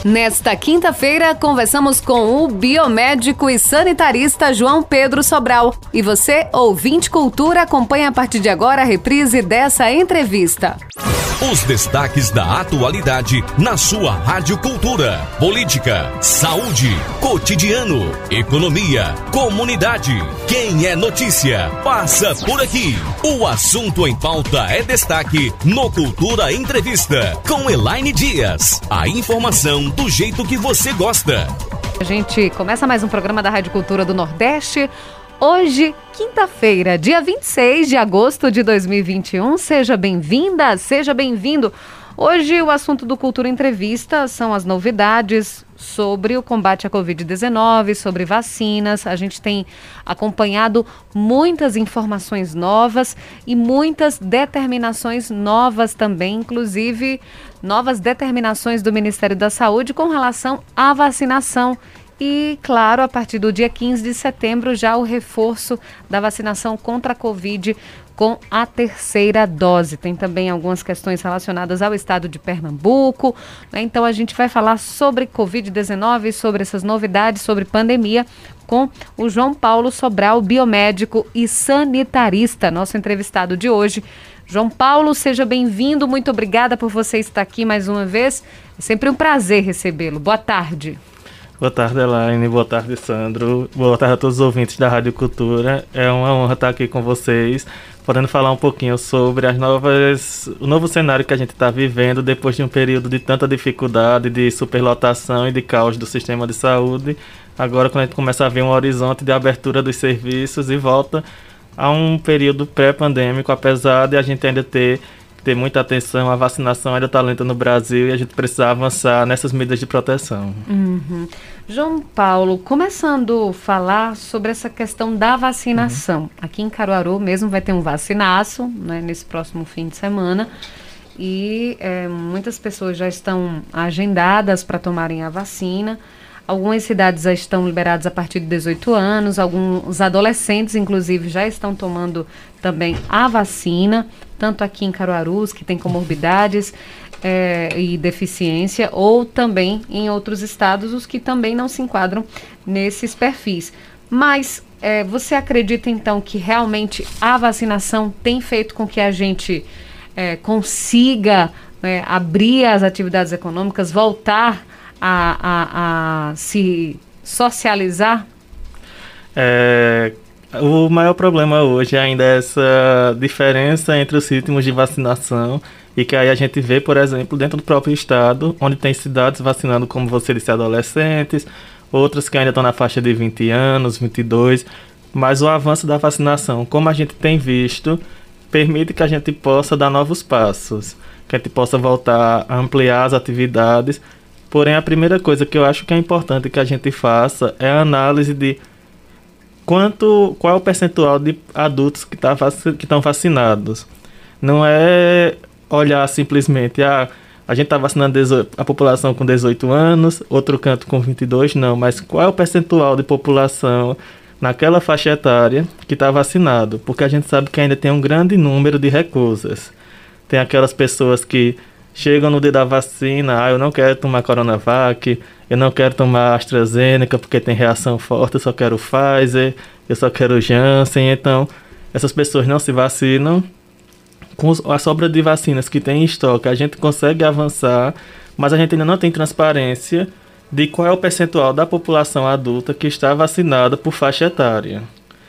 Nesta quinta-feira, conversamos com o biomédico e sanitarista João Pedro Sobral. E você, ouvinte Cultura, acompanha a partir de agora a reprise dessa entrevista. Os destaques da atualidade na sua Rádio Cultura. Política, saúde, cotidiano, economia, comunidade. Quem é notícia, passa por aqui. O assunto em pauta é destaque no Cultura Entrevista, com Elaine Dias. A informação do jeito que você gosta. A gente começa mais um programa da Rádio Cultura do Nordeste. Hoje, quinta-feira, dia 26 de agosto de 2021. Seja bem-vinda, seja bem-vindo. Hoje o assunto do Cultura Entrevista são as novidades sobre o combate à Covid-19, sobre vacinas. A gente tem acompanhado muitas informações novas e muitas determinações novas também, inclusive novas determinações do Ministério da Saúde com relação à vacinação. E, claro, a partir do dia 15 de setembro, já o reforço da vacinação contra a Covid com a terceira dose. Tem também algumas questões relacionadas ao estado de Pernambuco, né? Então, a gente vai falar sobre Covid-19, sobre essas novidades, sobre pandemia, com o João Paulo Sobral, biomédico e sanitarista, nosso entrevistado de hoje. João Paulo, seja bem-vindo. Muito obrigada por você estar aqui mais uma vez. É sempre um prazer recebê-lo. Boa tarde. Boa tarde, Elaine. Boa tarde, Sandro. Boa tarde a todos os ouvintes da Rádio Cultura. É uma honra estar aqui com vocês, podendo falar um pouquinho sobre o novo cenário que a gente está vivendo depois de um período de tanta dificuldade, de superlotação e de caos do sistema de saúde. Agora, quando a gente começa a ver um horizonte de abertura dos serviços e volta a um período pré-pandêmico, apesar de a gente ainda ter muita atenção, a vacinação ainda está lenta no Brasil e a gente precisa avançar nessas medidas de proteção. João Paulo, começando a falar sobre essa questão da vacinação. Aqui em Caruaru mesmo vai ter um vacinaço, né, nesse próximo fim de semana e muitas pessoas já estão agendadas para tomarem a vacina. Algumas cidades já estão liberadas a partir de 18 anos, alguns adolescentes, inclusive, já estão tomando também a vacina, tanto aqui em Caruaru, que tem comorbidades e deficiência, ou também em outros estados, os que também não se enquadram nesses perfis. Mas você acredita, então, que realmente a vacinação tem feito com que a gente consiga abrir as atividades econômicas, voltar a se socializar? O maior problema hoje ainda é essa diferença entre os ritmos de vacinação e que aí a gente vê, por exemplo, dentro do próprio estado, onde tem cidades vacinando, como você disse, adolescentes, outras que ainda estão na faixa de 20 anos, 22, mas o avanço da vacinação, como a gente tem visto, permite que a gente possa dar novos passos, que a gente possa voltar a ampliar as atividades. Porém, a primeira coisa que eu acho que é importante que a gente faça é a análise de qual é o percentual de adultos que estão vacinados. Não é olhar simplesmente, a gente está vacinando a população com 18 anos, outro canto com 22, não. Mas qual é o percentual de população naquela faixa etária que está vacinado? Porque a gente sabe que ainda tem um grande número de recusas. Tem aquelas pessoas que chegam no dia da vacina, eu não quero tomar Coronavac, eu não quero tomar AstraZeneca porque tem reação forte, eu só quero Pfizer, eu só quero Janssen. Então, essas pessoas não se vacinam. Com a sobra de vacinas que tem em estoque, a gente consegue avançar, mas a gente ainda não tem transparência de qual é o percentual da população adulta que está vacinada por faixa etária.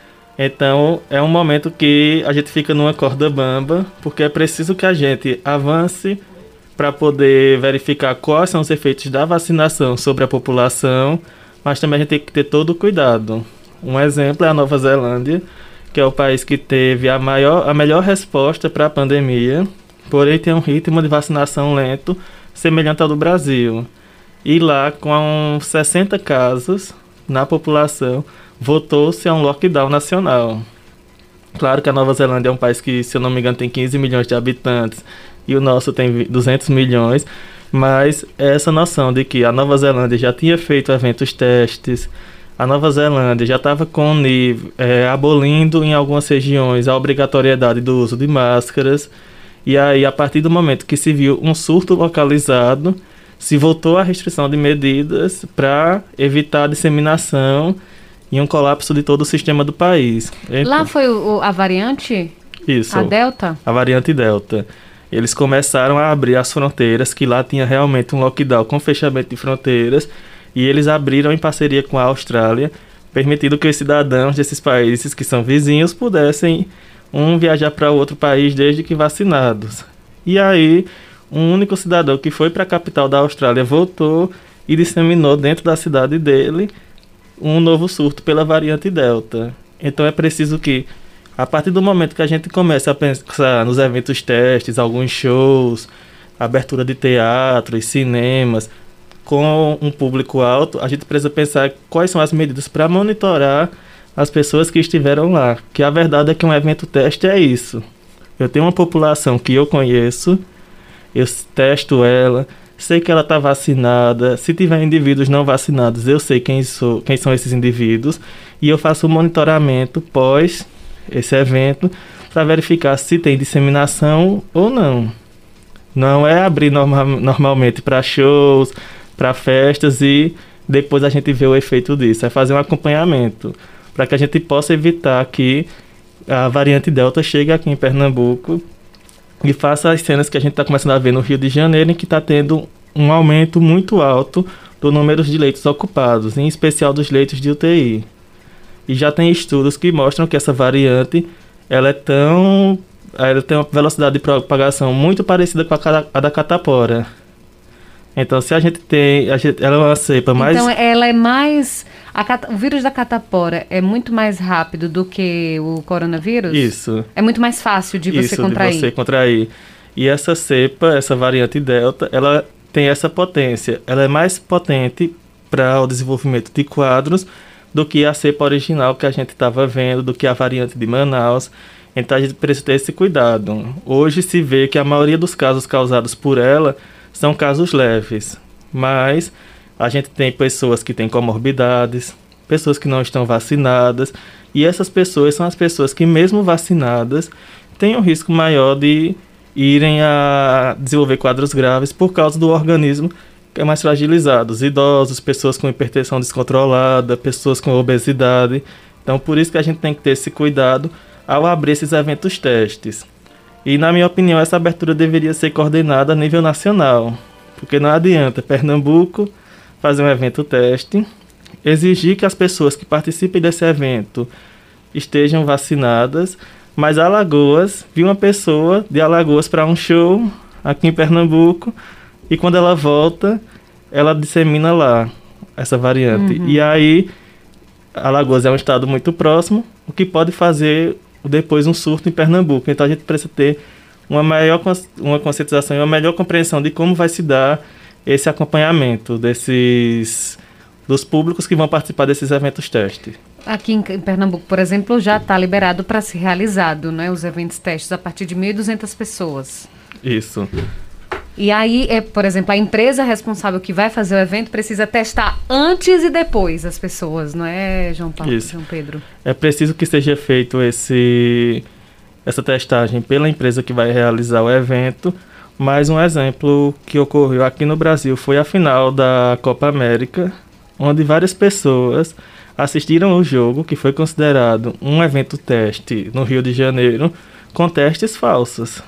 Então, é um momento que a gente fica numa corda bamba, porque é preciso que a gente avance para poder verificar quais são os efeitos da vacinação sobre a população, mas também a gente tem que ter todo o cuidado. Um exemplo é a Nova Zelândia, que é o país que teve a melhor resposta para a pandemia, porém tem um ritmo de vacinação lento, semelhante ao do Brasil. E lá, com 60 casos na população, votou-se a um lockdown nacional. Claro que a Nova Zelândia é um país que, se eu não me engano, tem 15 milhões de habitantes, e o nosso tem 200 milhões, mas essa noção de que a Nova Zelândia já tinha feito eventos testes, a Nova Zelândia já estava abolindo em algumas regiões a obrigatoriedade do uso de máscaras, e aí, a partir do momento que se viu um surto localizado, se voltou à restrição de medidas para evitar a disseminação e um colapso de todo o sistema do país. Lá foi a variante? Isso. A Delta? A variante Delta. Eles começaram a abrir as fronteiras, que lá tinha realmente um lockdown com fechamento de fronteiras, e eles abriram em parceria com a Austrália, permitindo que os cidadãos desses países que são vizinhos pudessem viajar para outro país desde que vacinados. E aí, um único cidadão que foi para a capital da Austrália voltou e disseminou dentro da cidade dele um novo surto pela variante Delta. Então é preciso que, a partir do momento que a gente começa a pensar nos eventos testes, alguns shows, abertura de teatros, cinemas, com um público alto, a gente precisa pensar quais são as medidas para monitorar as pessoas que estiveram lá. Que a verdade é que um evento teste é isso. Eu tenho uma população que eu conheço, eu testo ela, sei que ela está vacinada. Se tiver indivíduos não vacinados, eu sei quem são esses indivíduos, e eu faço um monitoramento pós esse evento para verificar se tem disseminação ou não. Não é abrir normalmente para shows, para festas e depois a gente vê o efeito disso. É fazer um acompanhamento para que a gente possa evitar que a variante Delta chegue aqui em Pernambuco e faça as cenas que a gente está começando a ver no Rio de Janeiro, em que está tendo um aumento muito alto do número de leitos ocupados, em especial dos leitos de UTI. E já tem estudos que mostram que essa variante ela tem uma velocidade de propagação muito parecida com a da catapora. Então, se a gente tem... ela é uma cepa mais... Então, ela é mais... o vírus da catapora é muito mais rápido do que o coronavírus? Isso. É muito mais fácil de você contrair? Isso, de você contrair. E essa cepa, essa variante Delta, ela tem essa potência. Ela é mais potente para o desenvolvimento de quadros do que a cepa original que a gente estava vendo, do que a variante de Manaus. Então, a gente precisa ter esse cuidado. Hoje se vê que a maioria dos casos causados por ela são casos leves, mas a gente tem pessoas que têm comorbidades, pessoas que não estão vacinadas, e essas pessoas são as pessoas que, mesmo vacinadas, têm um risco maior de irem a desenvolver quadros graves por causa do organismo que é mais fragilizado. Os idosos, pessoas com hipertensão descontrolada, pessoas com obesidade. Então, por isso que a gente tem que ter esse cuidado ao abrir esses eventos testes. E, na minha opinião, essa abertura deveria ser coordenada a nível nacional, porque não adianta Pernambuco fazer um evento teste, exigir que as pessoas que participem desse evento estejam vacinadas, mas Alagoas, vi uma pessoa de Alagoas para um show aqui em Pernambuco, e quando ela volta, ela dissemina lá essa variante. Uhum. E aí, Alagoas é um estado muito próximo, o que pode fazer depois um surto em Pernambuco. Então a gente precisa ter uma conscientização e uma melhor compreensão de como vai se dar esse acompanhamento dos públicos que vão participar desses eventos teste. Aqui em Pernambuco, por exemplo, já está liberado para ser realizado, né, os eventos testes a partir de 1.200 pessoas. Isso. E aí, por exemplo, a empresa responsável que vai fazer o evento precisa testar antes e depois as pessoas, não é, João Pedro? É preciso que seja feito essa testagem pela empresa que vai realizar o evento. Mais um exemplo que ocorreu aqui no Brasil foi a final da Copa América, onde várias pessoas assistiram ao jogo, que foi considerado um evento teste no Rio de Janeiro, com testes falsos.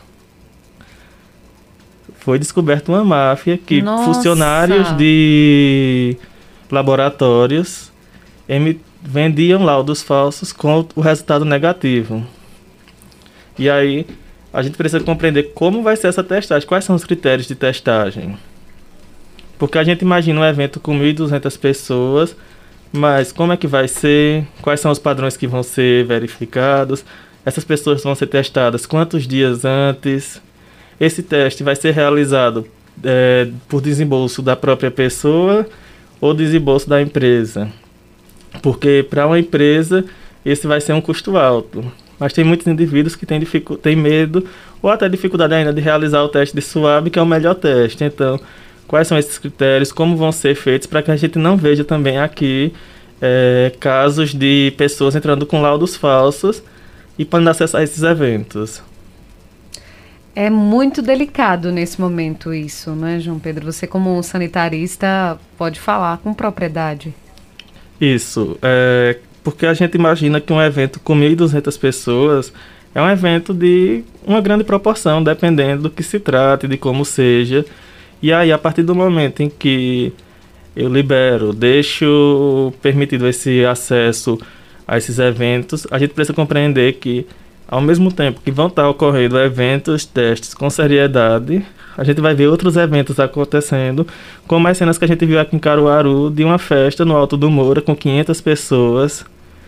Foi descoberta uma máfia que funcionários de laboratórios vendiam laudos falsos com o resultado negativo. E aí a gente precisa compreender como vai ser essa testagem, quais são os critérios de testagem. Porque a gente imagina um evento com 1.200 pessoas, mas como é que vai ser? Quais são os padrões que vão ser verificados? Essas pessoas vão ser testadas quantos dias antes? Esse teste vai ser realizado por desembolso da própria pessoa ou desembolso da empresa? Porque para uma empresa esse vai ser um custo alto. Mas tem muitos indivíduos que têm medo ou até dificuldade ainda de realizar o teste de SWAB, que é o melhor teste. Então, quais são esses critérios? Como vão ser feitos para que a gente não veja também aqui casos de pessoas entrando com laudos falsos e podendo acessar esses eventos? É muito delicado nesse momento isso, não é, João Pedro? Você, como um sanitarista, pode falar com propriedade. Isso, porque a gente imagina que um evento com 1.200 pessoas é um evento de uma grande proporção, dependendo do que se trate, de como seja. E aí, a partir do momento em que eu libero, deixo permitido esse acesso a esses eventos, a gente precisa compreender que, ao mesmo tempo que vão estar ocorrendo eventos, testes com seriedade, a gente vai ver outros eventos acontecendo, como as cenas que a gente viu aqui em Caruaru, de uma festa no Alto do Moura com 500 pessoas,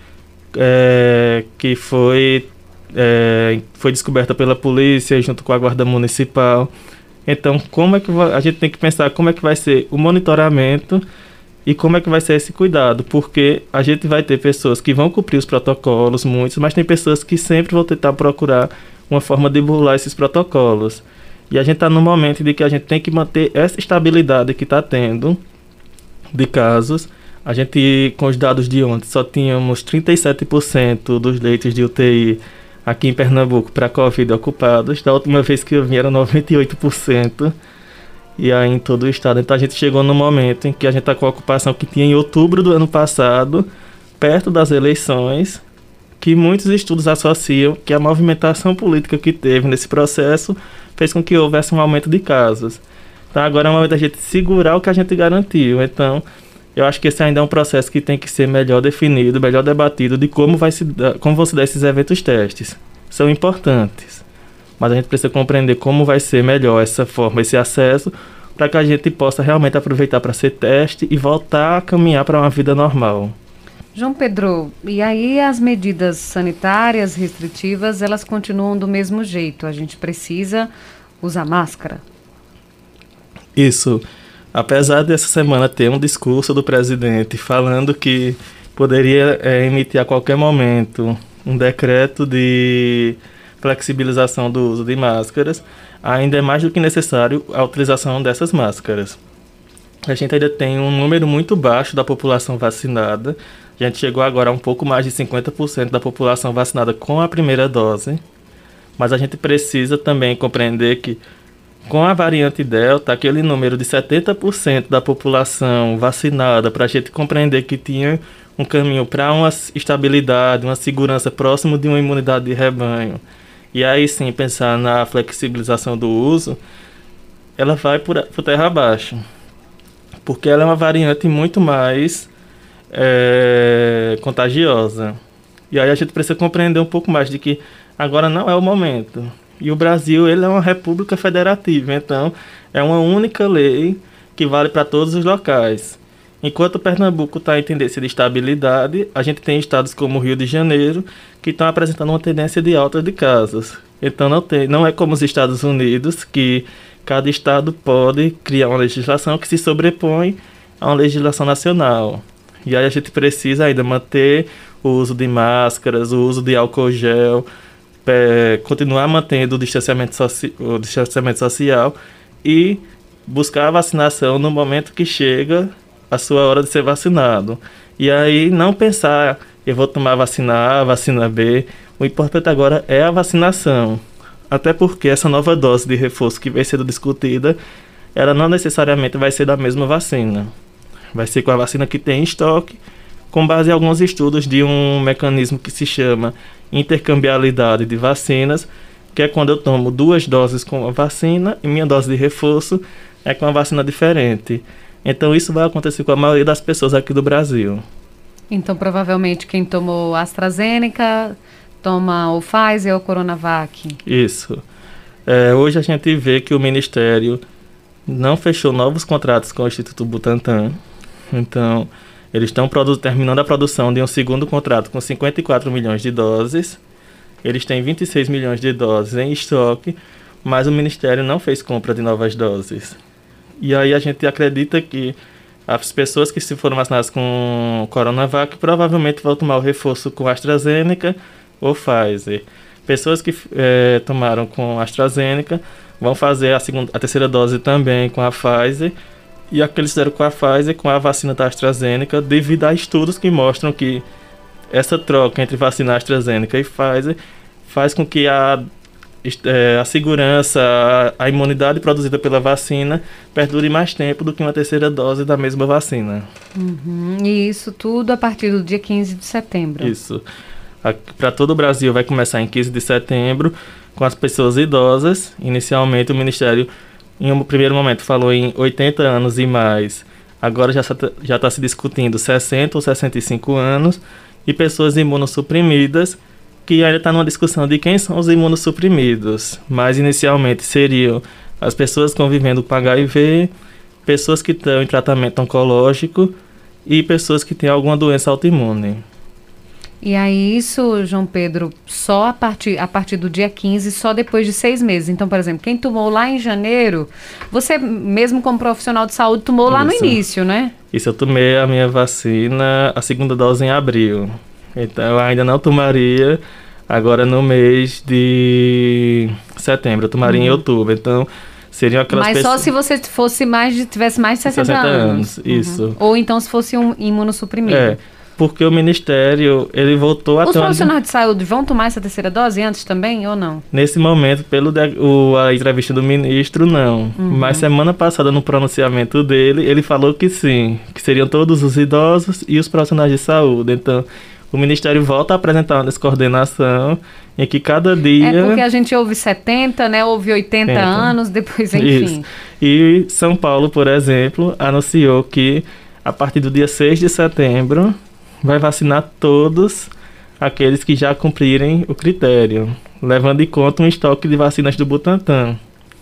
que foi descoberta pela polícia junto com a Guarda Municipal. Então, como é que a gente tem que pensar como é que vai ser o monitoramento e como é que vai ser esse cuidado, porque a gente vai ter pessoas que vão cumprir os protocolos, muitos, mas tem pessoas que sempre vão tentar procurar uma forma de burlar esses protocolos. E a gente está no momento de que a gente tem que manter essa estabilidade que está tendo de casos. A gente, com os dados de ontem, só tínhamos 37% dos leitos de UTI aqui em Pernambuco para Covid ocupados. Da última vez que eu vim era 98%. E aí em todo o estado. Então a gente chegou no momento em que a gente está com a ocupação que tinha em outubro do ano passado, perto das eleições, que muitos estudos associam que a movimentação política que teve nesse processo fez com que houvesse um aumento de casos. Então agora é o momento da gente segurar o que a gente garantiu. Então eu acho que esse ainda é um processo que tem que ser melhor definido, melhor debatido de como vão se dar esses eventos testes. São importantes, mas a gente precisa compreender como vai ser melhor essa forma, esse acesso, para que a gente possa realmente aproveitar para ser teste e voltar a caminhar para uma vida normal. João Pedro, e aí as medidas sanitárias restritivas, elas continuam do mesmo jeito? A gente precisa usar máscara? Isso. Apesar dessa semana ter um discurso do presidente falando que poderia emitir a qualquer momento um decreto de flexibilização do uso de máscaras, ainda é mais do que necessário a utilização dessas máscaras. A gente ainda tem um número muito baixo da população vacinada. A gente chegou agora a um pouco mais de 50% da população vacinada com a primeira dose, mas a gente precisa também compreender que com a variante Delta, aquele número de 70% da população vacinada, para a gente compreender que tinha um caminho para uma estabilidade, uma segurança próximo de uma imunidade de rebanho, e aí sim pensar na flexibilização do uso, ela vai por terra abaixo, porque ela é uma variante muito mais contagiosa. E aí a gente precisa compreender um pouco mais de que agora não é o momento. E o Brasil, ele é uma república federativa, então é uma única lei que vale para todos os locais. Enquanto Pernambuco está em tendência de estabilidade, a gente tem estados como o Rio de Janeiro que estão apresentando uma tendência de alta de casos. Então não é como os Estados Unidos, que cada estado pode criar uma legislação que se sobrepõe a uma legislação nacional. E aí a gente precisa ainda manter o uso de máscaras, o uso de álcool gel, continuar mantendo o distanciamento social e buscar a vacinação no momento que chega a sua hora de ser vacinado. E aí não pensar, eu vou tomar vacina A, vacina B. O importante agora é a vacinação. Até porque essa nova dose de reforço que vai sendo discutida, ela não necessariamente vai ser da mesma vacina. Vai ser com a vacina que tem em estoque, com base em alguns estudos de um mecanismo que se chama intercambiabilidade de vacinas, que é quando eu tomo 2 doses com a vacina e minha dose de reforço é com uma vacina diferente. Então isso vai acontecer com a maioria das pessoas aqui do Brasil. Então provavelmente quem tomou AstraZeneca toma o Pfizer ou o Coronavac? Isso. Hoje a gente vê que o Ministério não fechou novos contratos com o Instituto Butantan. Então eles estão terminando a produção de um segundo contrato com 54 milhões de doses. Eles têm 26 milhões de doses em estoque, mas o Ministério não fez compra de novas doses. E aí a gente acredita que as pessoas que se foram vacinadas com Coronavac provavelmente vão tomar o reforço com AstraZeneca ou Pfizer. Pessoas que tomaram com AstraZeneca vão fazer a terceira dose também com a Pfizer. E aqueles que fizeram com a Pfizer, com a vacina da AstraZeneca, devido a estudos que mostram que essa troca entre vacina AstraZeneca e Pfizer faz com que a a segurança, a imunidade produzida pela vacina perdure mais tempo do que uma terceira dose da mesma vacina. E isso tudo a partir do dia 15 de setembro. Isso. Para todo o Brasil vai começar em 15 de setembro, com as pessoas idosas. Inicialmente o Ministério, em um primeiro momento, falou em 80 anos e mais. Agora já está se discutindo 60 ou 65 anos e pessoas imunossuprimidas, que ainda está numa discussão de quem são os imunossuprimidos. Mas inicialmente seriam as pessoas convivendo com HIV, pessoas que estão em tratamento oncológico e pessoas que têm alguma doença autoimune. E aí isso, João Pedro, só a partir do dia 15, só depois de 6 meses. Então, por exemplo, quem tomou lá em janeiro, você mesmo como profissional de saúde tomou lá no início, né? Isso, eu tomei a minha vacina, a segunda dose em abril. Então, eu ainda não tomaria agora no mês de setembro, eu tomaria em outubro. Então, seriam aquelas pessoas... Mas só se você tivesse mais de 60 anos. Isso. Ou então se fosse um imunossuprimido. Porque o Ministério, ele voltou a... Os profissionais de saúde vão tomar essa terceira dose antes também, ou não? Nesse momento, a entrevista do ministro, não. Mas semana passada, no pronunciamento dele, ele falou que sim, que seriam todos os idosos e os profissionais de saúde. Então, o Ministério volta a apresentar uma descoordenação em que cada dia... É porque a gente ouve 70, né? Ouve 80 anos, depois, enfim. Isso. E São Paulo, por exemplo, anunciou que a partir do dia 6 de setembro... vai vacinar todos aqueles que já cumprirem o critério, levando em conta um estoque de vacinas do Butantan.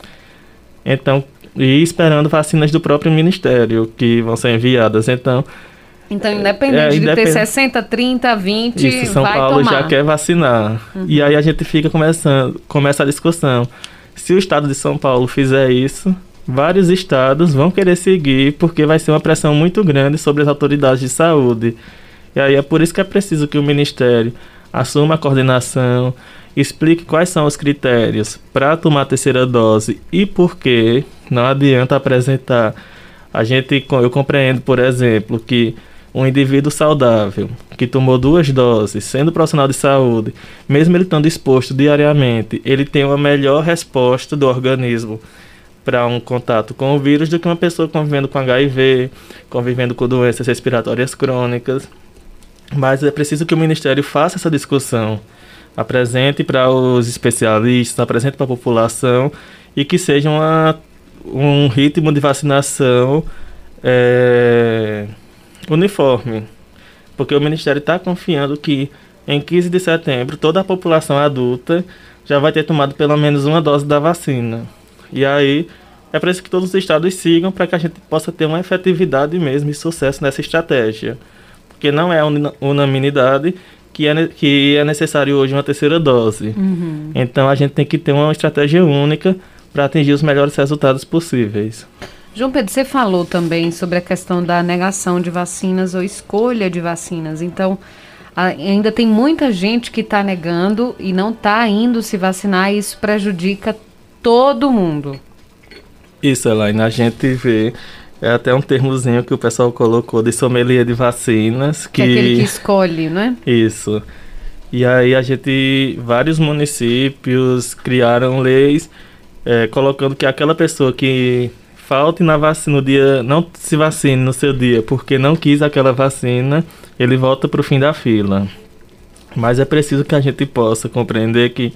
Então, e esperando vacinas do próprio Ministério, que vão ser enviadas. Então, independente de ter 60, 30, 20, isso, São vai Paulo tomar. já quer vacinar. E aí a gente começa a discussão. Se o estado de São Paulo fizer isso, vários estados vão querer seguir, porque vai ser uma pressão muito grande sobre as autoridades de saúde. E aí é por isso que é preciso que o Ministério assuma a coordenação, explique quais são os critérios para tomar a terceira dose e por quê. Não adianta apresentar. Eu compreendo, por exemplo, que um indivíduo saudável que tomou 2 doses, sendo profissional de saúde, mesmo ele estando exposto diariamente, ele tem uma melhor resposta do organismo para um contato com o vírus do que uma pessoa convivendo com HIV, convivendo com doenças respiratórias crônicas. Mas é preciso que o Ministério faça essa discussão, apresente para os especialistas, apresente para a população e que seja um ritmo de vacinação uniforme. Porque o Ministério está confiando que em 15 de setembro toda a população adulta já vai ter tomado pelo menos uma dose da vacina. E aí é preciso que todos os estados sigam para que a gente possa ter uma efetividade mesmo e sucesso nessa estratégia. Porque não é unanimidade que é necessário hoje uma terceira dose. Então a gente tem que ter uma estratégia única para atingir os melhores resultados possíveis. João Pedro, você falou também sobre a questão da negação de vacinas ou escolha de vacinas. Então, ainda tem muita gente que está negando e não está indo se vacinar, e isso prejudica todo mundo. Isso, Elaine, a gente vê... É até um termozinho que o pessoal colocou de sommelier de vacinas. Que é aquele que escolhe, não é? Isso. E aí vários municípios criaram leis colocando que aquela pessoa que falte na vacina no dia, não se vacine no seu dia porque não quis aquela vacina, ele volta para o fim da fila. Mas é preciso que a gente possa compreender que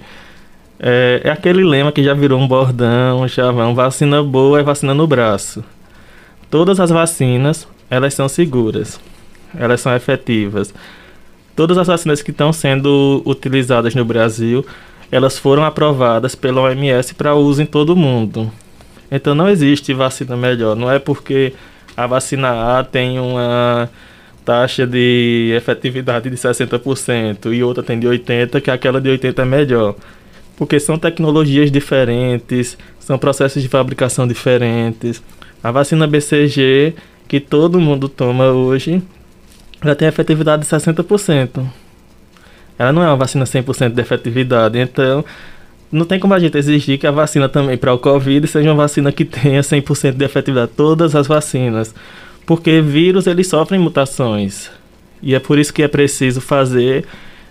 é aquele lema que já virou um bordão, vacina boa é vacina no braço. Todas as vacinas, elas são seguras, elas são efetivas. Todas as vacinas que estão sendo utilizadas no Brasil, elas foram aprovadas pela OMS para uso em todo o mundo. Então não existe vacina melhor. Não é porque a vacina A tem uma taxa de efetividade de 60% e outra tem de 80%, que aquela de 80% é melhor. Porque são tecnologias diferentes, são processos de fabricação diferentes. A vacina BCG, que todo mundo toma hoje, ela tem efetividade de 60%. Ela não é uma vacina 100% de efetividade, então não tem como a gente exigir que a vacina também para o Covid seja uma vacina que tenha 100% de efetividade, todas as vacinas. Porque vírus, eles sofrem mutações. E é por isso que é preciso fazer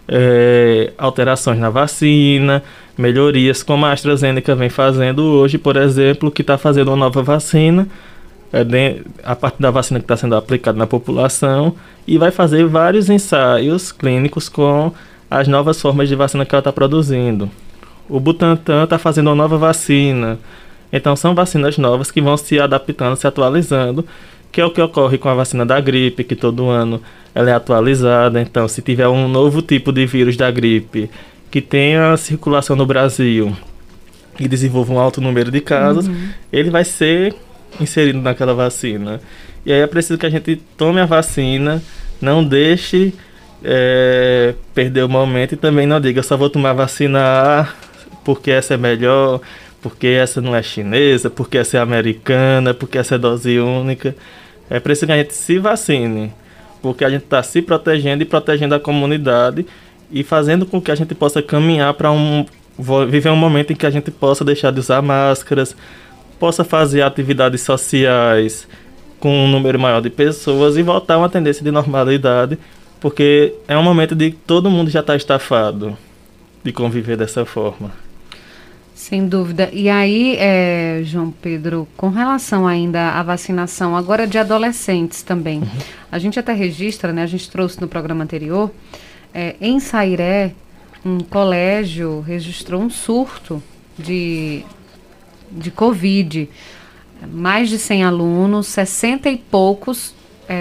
alterações na vacina, melhorias como a AstraZeneca vem fazendo hoje, por exemplo, que está fazendo uma nova vacina, a partir da vacina que está sendo aplicada na população, e vai fazer vários ensaios clínicos com as novas formas de vacina que ela está produzindo. O Butantan está fazendo uma nova vacina. Então são vacinas novas que vão se adaptando, se atualizando, que é o que ocorre com a vacina da gripe, que todo ano ela é atualizada. Então, se tiver um novo tipo de vírus da gripe que tenha circulação no Brasil e desenvolva um alto número de casos, ele vai ser inserido naquela vacina. E aí é preciso que a gente tome a vacina, não deixe perder o momento e também não diga, só vou tomar vacina A porque essa é melhor, porque essa não é chinesa, porque essa é americana, porque essa é dose única. É preciso que a gente se vacine, porque a gente está se protegendo e protegendo a comunidade e fazendo com que a gente possa caminhar para viver um momento em que a gente possa deixar de usar máscaras, possa fazer atividades sociais com um número maior de pessoas e voltar a uma tendência de normalidade, porque é um momento de que todo mundo já está estafado de conviver dessa forma. Sem dúvida. E aí, João Pedro, com relação ainda à vacinação, agora de adolescentes também, a gente até registra, né, a gente trouxe no programa anterior, em Sairé, um colégio registrou um surto de Covid. Mais de 100 alunos, 60 e poucos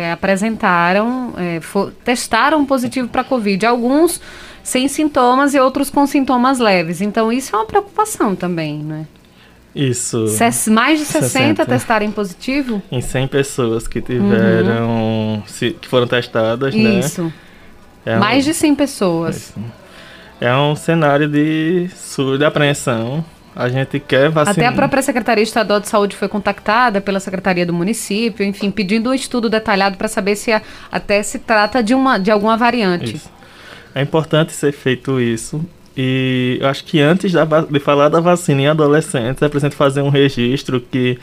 testaram positivo para Covid. Alguns sem sintomas e outros com sintomas leves. Então, isso é uma preocupação também, né? Isso. Mais de 60 testarem positivo? Em 100 pessoas que tiveram, que foram testadas, isso. né? Mais de 100 pessoas. Isso. É um cenário de surto, de apreensão. A gente quer vacinar. Até a própria Secretaria Estadual de Saúde foi contactada pela Secretaria do Município, enfim, pedindo um estudo detalhado para saber se até se trata de alguma variante. Isso. É importante ser feito isso. E eu acho que antes de falar da vacina em adolescentes, é preciso fazer um registro que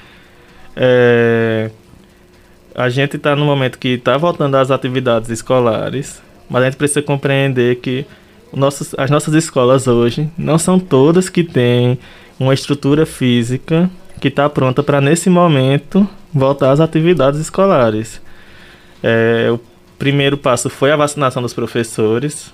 a gente está no momento que está voltando às atividades escolares, mas a gente precisa compreender que as nossas escolas hoje não são todas que têm uma estrutura física que está pronta para, nesse momento, voltar às atividades escolares. O primeiro passo foi a vacinação dos professores,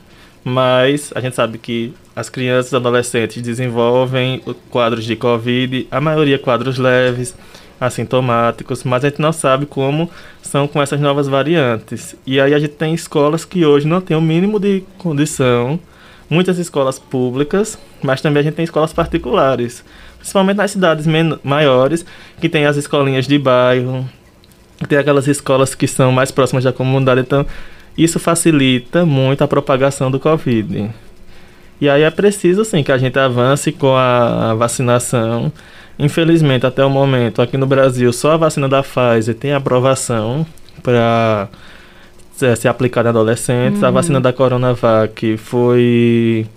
mas a gente sabe que as crianças e adolescentes desenvolvem quadros de Covid, a maioria quadros leves, assintomáticos, mas a gente não sabe como são com essas novas variantes. E aí a gente tem escolas que hoje não têm o mínimo de condição, muitas escolas públicas, mas também a gente tem escolas particulares, principalmente nas cidades maiores, que tem as escolinhas de bairro, tem aquelas escolas que são mais próximas da comunidade. Então isso facilita muito a propagação do Covid. E aí é preciso, sim, que a gente avance com a vacinação. Infelizmente, até o momento, aqui no Brasil, só a vacina da Pfizer tem aprovação para ser aplicada em adolescentes. A vacina da Coronavac foi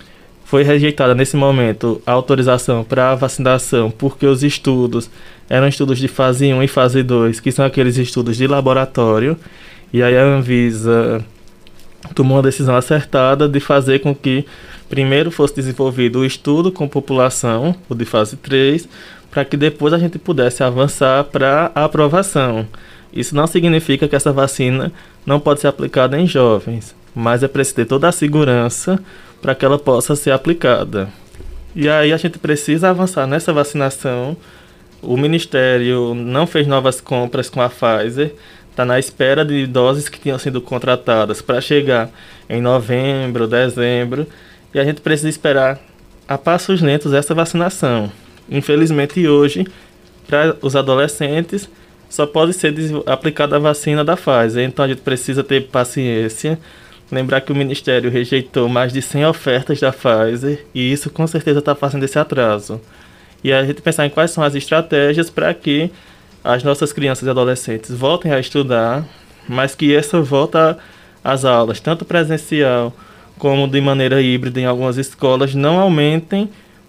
rejeitada nesse momento a autorização para vacinação, porque os estudos eram estudos de fase 1 e fase 2, que são aqueles estudos de laboratório. E aí a Anvisa tomou uma decisão acertada de fazer com que primeiro fosse desenvolvido o estudo com população, o de fase 3, para que depois a gente pudesse avançar para a aprovação. Isso não significa que essa vacina não pode ser aplicada em jovens, mas é preciso ter toda a segurança para que ela possa ser aplicada. E aí a gente precisa avançar nessa vacinação. O Ministério não fez novas compras com a Pfizer, está na espera de doses que tinham sido contratadas para chegar em novembro, dezembro, e a gente precisa esperar a passos lentos essa vacinação. Infelizmente hoje, para os adolescentes, só pode ser aplicada a vacina da Pfizer, então a gente precisa ter paciência, lembrar que o Ministério rejeitou mais de 100 ofertas da Pfizer, e isso com certeza está fazendo esse atraso. E a gente pensar em quais são as estratégias para que as nossas crianças e adolescentes voltem a estudar, mas que essa volta às aulas, tanto presencial como de maneira híbrida em algumas escolas, não aumentem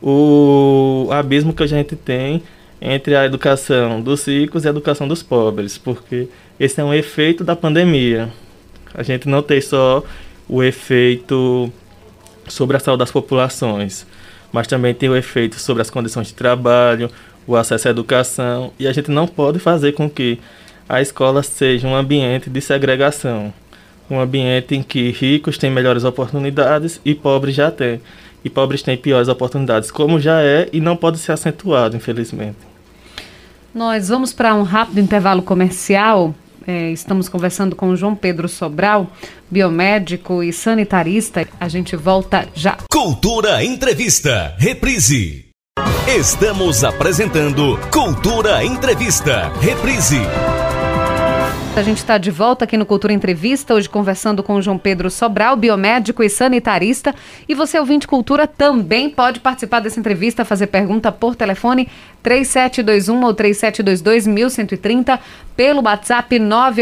o abismo que a gente tem entre a educação dos ricos e a educação dos pobres, porque esse é um efeito da pandemia. A gente não tem só o efeito sobre a saúde das populações, mas também tem o efeito sobre as condições de trabalho, o acesso à educação, e a gente não pode fazer com que a escola seja um ambiente de segregação, um ambiente em que ricos têm melhores oportunidades e pobres já têm. E pobres têm piores oportunidades, como já é, e não pode ser acentuado, infelizmente. Nós vamos para um rápido intervalo comercial. Estamos conversando com o João Pedro Sobral, biomédico e sanitarista. A gente volta já. Cultura Entrevista, reprise. Estamos apresentando Cultura Entrevista, reprise. A gente está de volta aqui no Cultura Entrevista, hoje conversando com o João Pedro Sobral, biomédico e sanitarista. E você, ouvinte Cultura, também pode participar dessa entrevista, fazer pergunta por telefone 3721 ou 3722-1130, pelo WhatsApp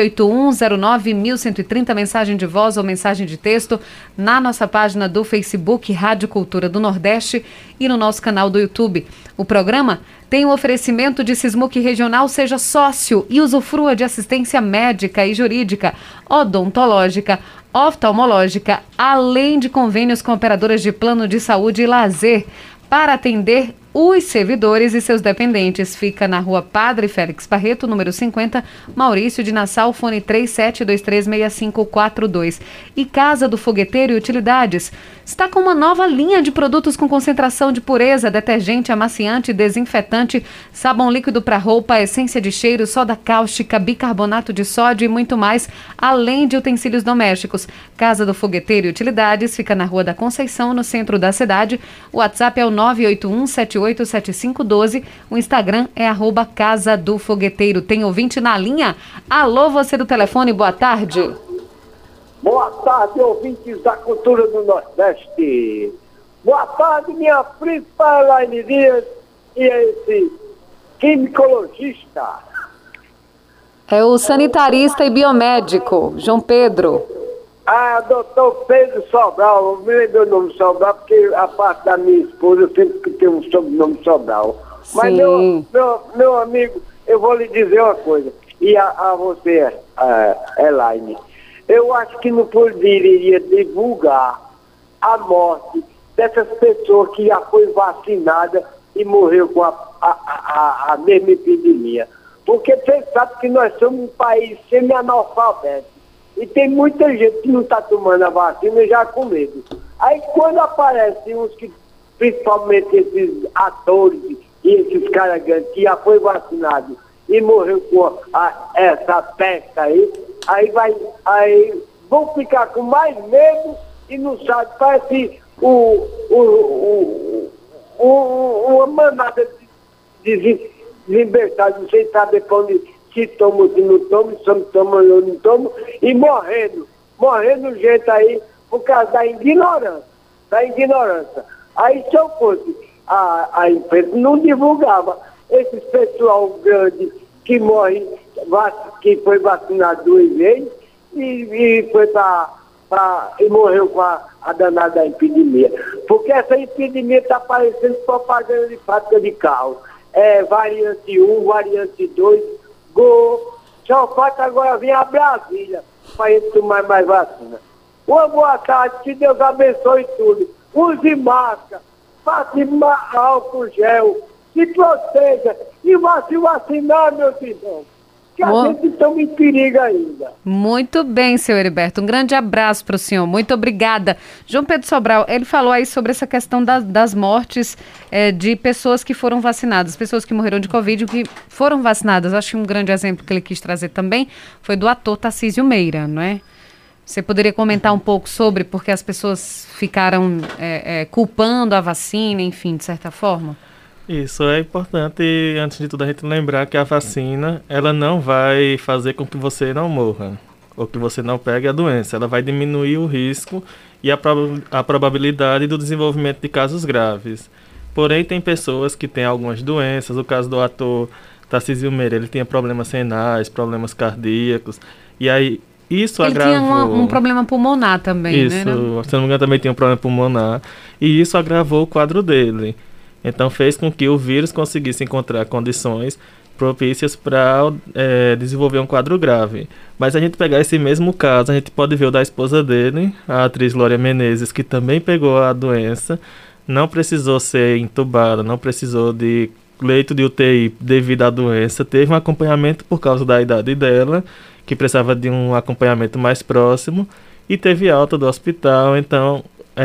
98109-1130, mensagem de voz ou mensagem de texto, na nossa página do Facebook Rádio Cultura do Nordeste e no nosso canal do YouTube. O programa tem o oferecimento de Sismuc Regional, seja sócio e usufrua de assistência médica e jurídica, odontológica, oftalmológica, além de convênios com operadoras de plano de saúde e lazer, para atender os servidores e seus dependentes. Fica na rua Padre Félix Barreto, número 50, Maurício de Nassau, fone 37236542. E Casa do Fogueteiro e Utilidades está com uma nova linha de produtos com concentração de pureza, detergente, amaciante, desinfetante, sabão líquido para roupa, essência de cheiro, soda cáustica, bicarbonato de sódio e muito mais, além de utensílios domésticos. Casa do Fogueteiro e Utilidades fica na Rua da Conceição, no centro da cidade. O WhatsApp é o 981787512. O Instagram é @Casa do Fogueteiro. Tem ouvinte na linha? Alô, você do telefone, boa tarde. Boa tarde, ouvintes da Cultura do Nordeste. Boa tarde, minha príncipa Elaine Dias e esse quimicologista. É o sanitarista e biomédico, João Pedro. Doutor Pedro Sobral, me lembrei o nome Sobral, porque a parte da minha esposa sempre tem um sobrenome Sobral. Sim. Mas, meu amigo, eu vou lhe dizer uma coisa, e a você, Elaine, eu acho que não poderia divulgar a morte dessas pessoas que já foi vacinada e morreu com a mesma epidemia. Porque você sabe que nós somos um país semi-analfabeto. E tem muita gente que não está tomando a vacina já com medo. Aí quando aparecem uns que, principalmente esses atores e esses caras grandes que já foi vacinado e morreu com essa peste aí vão ficar com mais medo e não sabe, parece uma manada de desinvertidos, sem saber para onde se toma, se não toma, se toma ou não toma, e morrendo gente aí por causa da ignorância. Aí se eu fosse a imprensa, não divulgava esses pessoal grande que morre, que foi vacinado 2 vezes e foi e morreu com a danada epidemia. Porque essa epidemia está parecendo propaganda de fábrica de carro. Variante 1, variante 2, só falta agora vir a Brasília para gente tomar mais vacina. Uma boa tarde, que Deus abençoe tudo. Use máscara, passe álcool gel, se proteja e vá se vacinar, meus irmãos. Que a gente está em perigo ainda. Muito bem, seu Heriberto. Um grande abraço para o senhor. Muito obrigada. João Pedro Sobral, ele falou aí sobre essa questão das mortes de pessoas que foram vacinadas, pessoas que morreram de Covid que foram vacinadas. Acho que um grande exemplo que ele quis trazer também foi do ator Tarcísio Meira, não é? Você poderia comentar um pouco sobre porque as pessoas ficaram culpando a vacina, enfim, de certa forma? Isso é importante, antes de tudo, a gente lembrar que a vacina, ela não vai fazer com que você não morra, ou que você não pegue a doença. Ela vai diminuir o risco e a probabilidade do desenvolvimento de casos graves. Porém, tem pessoas que têm algumas doenças. O caso do ator Tarcísio Meira, ele tinha problemas renais, problemas cardíacos, e aí isso agravou... Ele tinha um problema pulmonar também, isso, né? Se não me engano, também tinha um problema pulmonar, e isso agravou o quadro dele. Então fez com que o vírus conseguisse encontrar condições propícias para desenvolver um quadro grave. Mas se a gente pegar esse mesmo caso, a gente pode ver o da esposa dele, a atriz Glória Menezes, que também pegou a doença, não precisou ser entubada, não precisou de leito de UTI devido à doença, teve um acompanhamento por causa da idade dela, que precisava de um acompanhamento mais próximo, e teve alta do hospital. Então,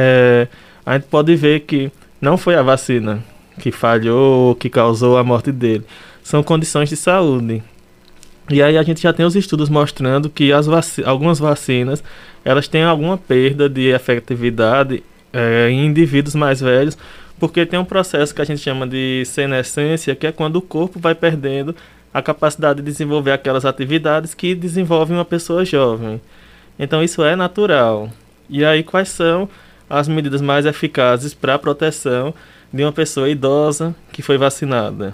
a gente pode ver que não foi a vacina que falhou, que causou a morte dele. São condições de saúde. E aí a gente já tem os estudos mostrando que algumas vacinas, elas têm alguma perda de efetividade em indivíduos mais velhos, porque tem um processo que a gente chama de senescência, que é quando o corpo vai perdendo a capacidade de desenvolver aquelas atividades que desenvolvem uma pessoa jovem. Então isso é natural. E aí quais são as medidas mais eficazes para a proteção de uma pessoa idosa que foi vacinada?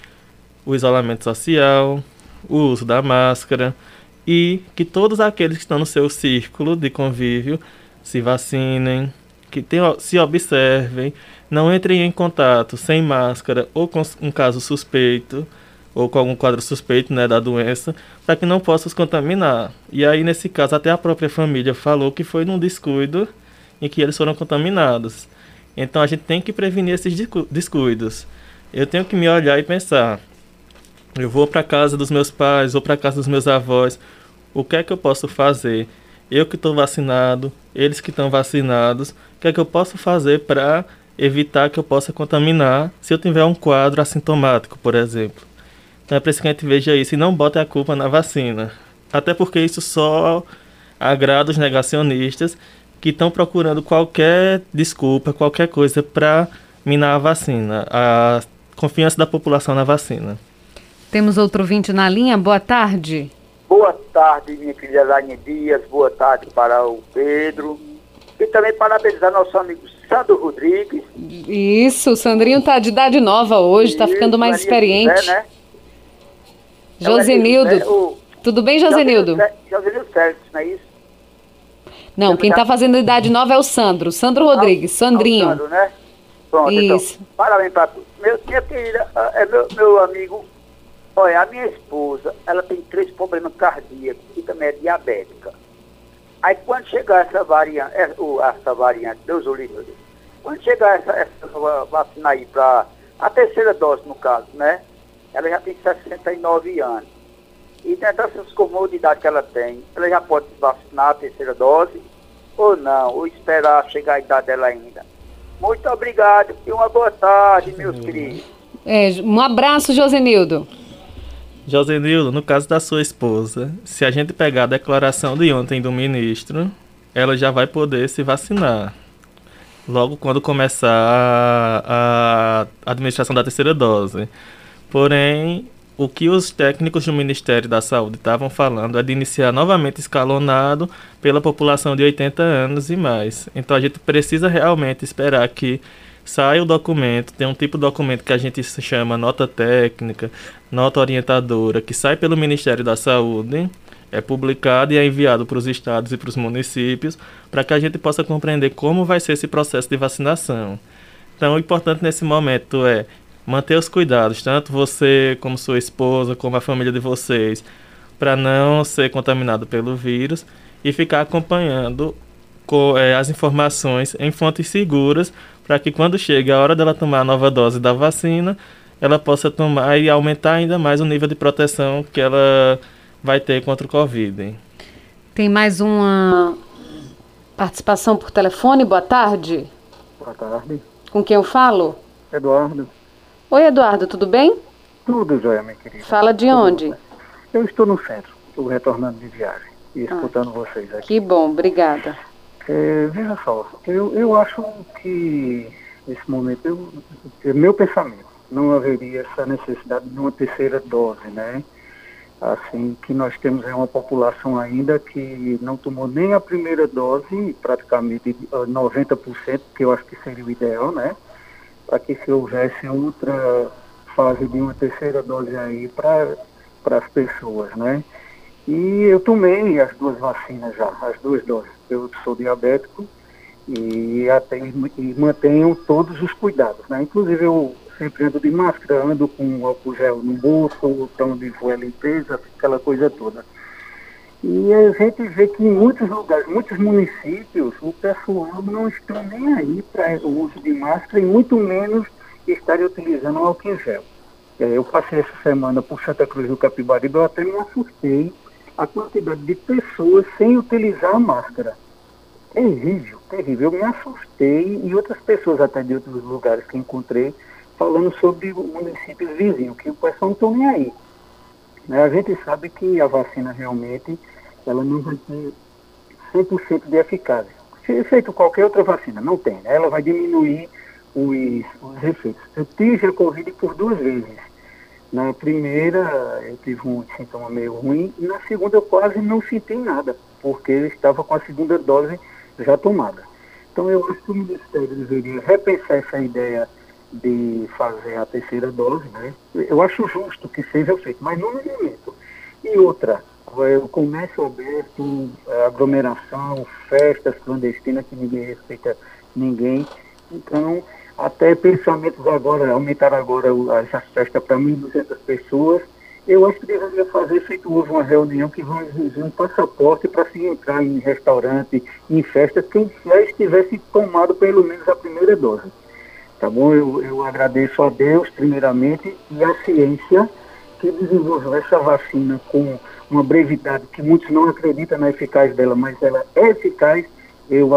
O isolamento social, o uso da máscara, e que todos aqueles que estão no seu círculo de convívio se vacinem, se observem, não entrem em contato sem máscara ou com um caso suspeito, ou com algum quadro suspeito, né, da doença, para que não possa os contaminar. E aí, nesse caso, até a própria família falou que foi num descuido em que eles foram contaminados. Então, a gente tem que prevenir esses descuidos. Eu tenho que me olhar e pensar, eu vou para a casa dos meus pais, vou para a casa dos meus avós, o que é que eu posso fazer? Eu que estou vacinado, eles que estão vacinados, o que é que eu posso fazer para evitar que eu possa contaminar se eu tiver um quadro assintomático, por exemplo? Então é preciso que a gente veja isso e não bote a culpa na vacina. Até porque isso só agrada os negacionistas que estão procurando qualquer desculpa, qualquer coisa para minar a vacina, a confiança da população na vacina. Temos outro ouvinte na linha, boa tarde. Boa tarde, minha querida Elaine Dias, boa tarde para o Pedro. E também parabenizar nosso amigo Sandro Rodrigues. Isso, o Sandrinho tá de idade nova hoje, tá ficando mais experiente. José, né? Josenildo. Tudo bem, Josenildo? Josenildo Félix, não é isso? Não, quem tá fazendo idade nova é o Sandro Rodrigues, Sandrinho. Sandro, né? Pronto, isso. Então, parabéns para tu. Minha querida, meu amigo, olha, a minha esposa, ela tem 3 problemas cardíacos e também é diabética. Aí quando chegar essa variante, Deus o livre, quando chegar essa vacina aí para a terceira dose, no caso, né? Ela já tem 69 anos. E dentro dessas comodidades que ela tem, ela já pode se vacinar a terceira dose ou não, ou esperar chegar a idade dela ainda. Muito obrigado e uma boa tarde, meus queridos. Um abraço, Josenildo. Josenildo, no caso da sua esposa, se a gente pegar a declaração de ontem do ministro, ela já vai poder se vacinar. Logo quando começar a administração da terceira dose. Porém, o que os técnicos do Ministério da Saúde estavam falando é de iniciar novamente escalonado pela população de 80 anos e mais. Então a gente precisa realmente esperar que saia o documento, tem um tipo de documento que a gente chama nota técnica, nota orientadora, que sai pelo Ministério da Saúde, é publicado e é enviado para os estados e para os municípios, para que a gente possa compreender como vai ser esse processo de vacinação. Então o importante nesse momento é manter os cuidados, tanto você como sua esposa, como a família de vocês, para não ser contaminado pelo vírus e ficar acompanhando as informações em fontes seguras, para que quando chegue a hora dela tomar a nova dose da vacina, ela possa tomar e aumentar ainda mais o nível de proteção que ela vai ter contra o Covid. Tem mais uma participação por telefone, boa tarde. Boa tarde. Com quem eu falo? Eduardo. Oi, Eduardo, tudo bem? Tudo jóia, minha querida. Fala de onde? Eu estou no centro, estou retornando de viagem e escutando vocês aqui. Que bom, obrigada. Veja só, eu acho que nesse momento, meu pensamento, não haveria essa necessidade de uma terceira dose, né? Assim, que nós temos uma população ainda que não tomou nem a primeira dose, praticamente 90%, que eu acho que seria o ideal, né? Para que se houvesse outra fase de uma terceira dose aí para as pessoas, né? E eu tomei as 2 vacinas já, as 2 doses. Eu sou diabético e mantenho todos os cuidados, né? Inclusive eu sempre ando de máscara, ando com álcool gel no bolso, para onde for a limpeza, aquela coisa toda. E a gente vê que em muitos lugares, muitos municípios, o pessoal não está nem aí para o uso de máscara e muito menos estarem utilizando álcool em gel. Eu passei essa semana por Santa Cruz do Capibaribe, eu até me assustei a quantidade de pessoas sem utilizar a máscara. Terrível, terrível. Eu me assustei e outras pessoas até de outros lugares que encontrei falando sobre municípios vizinhos, que o pessoal não estão nem aí. A gente sabe que a vacina realmente ela não vai ter 100% de eficácia. Se feito qualquer outra vacina, não tem, né? Ela vai diminuir os efeitos. Eu tive a Covid por 2 vezes. Na primeira eu tive um sintoma meio ruim e na segunda eu quase não senti nada, porque eu estava com a segunda dose já tomada. Então eu acho que o Ministério deveria repensar essa ideia de fazer a terceira dose, né? Eu acho justo que seja feito, mas não no momento. E outra, o comércio aberto, aglomeração, festas clandestinas que ninguém respeita ninguém. Então, até pensamentos agora, aumentaram agora essa festa para 1.200 pessoas. Eu acho que deveria fazer, feito hoje, uma reunião que vai exigir um passaporte para se entrar em restaurante, em festas, quem já estivesse tomado pelo menos a primeira dose. Tá bom? Eu agradeço a Deus, primeiramente, e a ciência que desenvolveu essa vacina com uma brevidade que muitos não acreditam na eficácia dela, mas ela é eficaz. Eu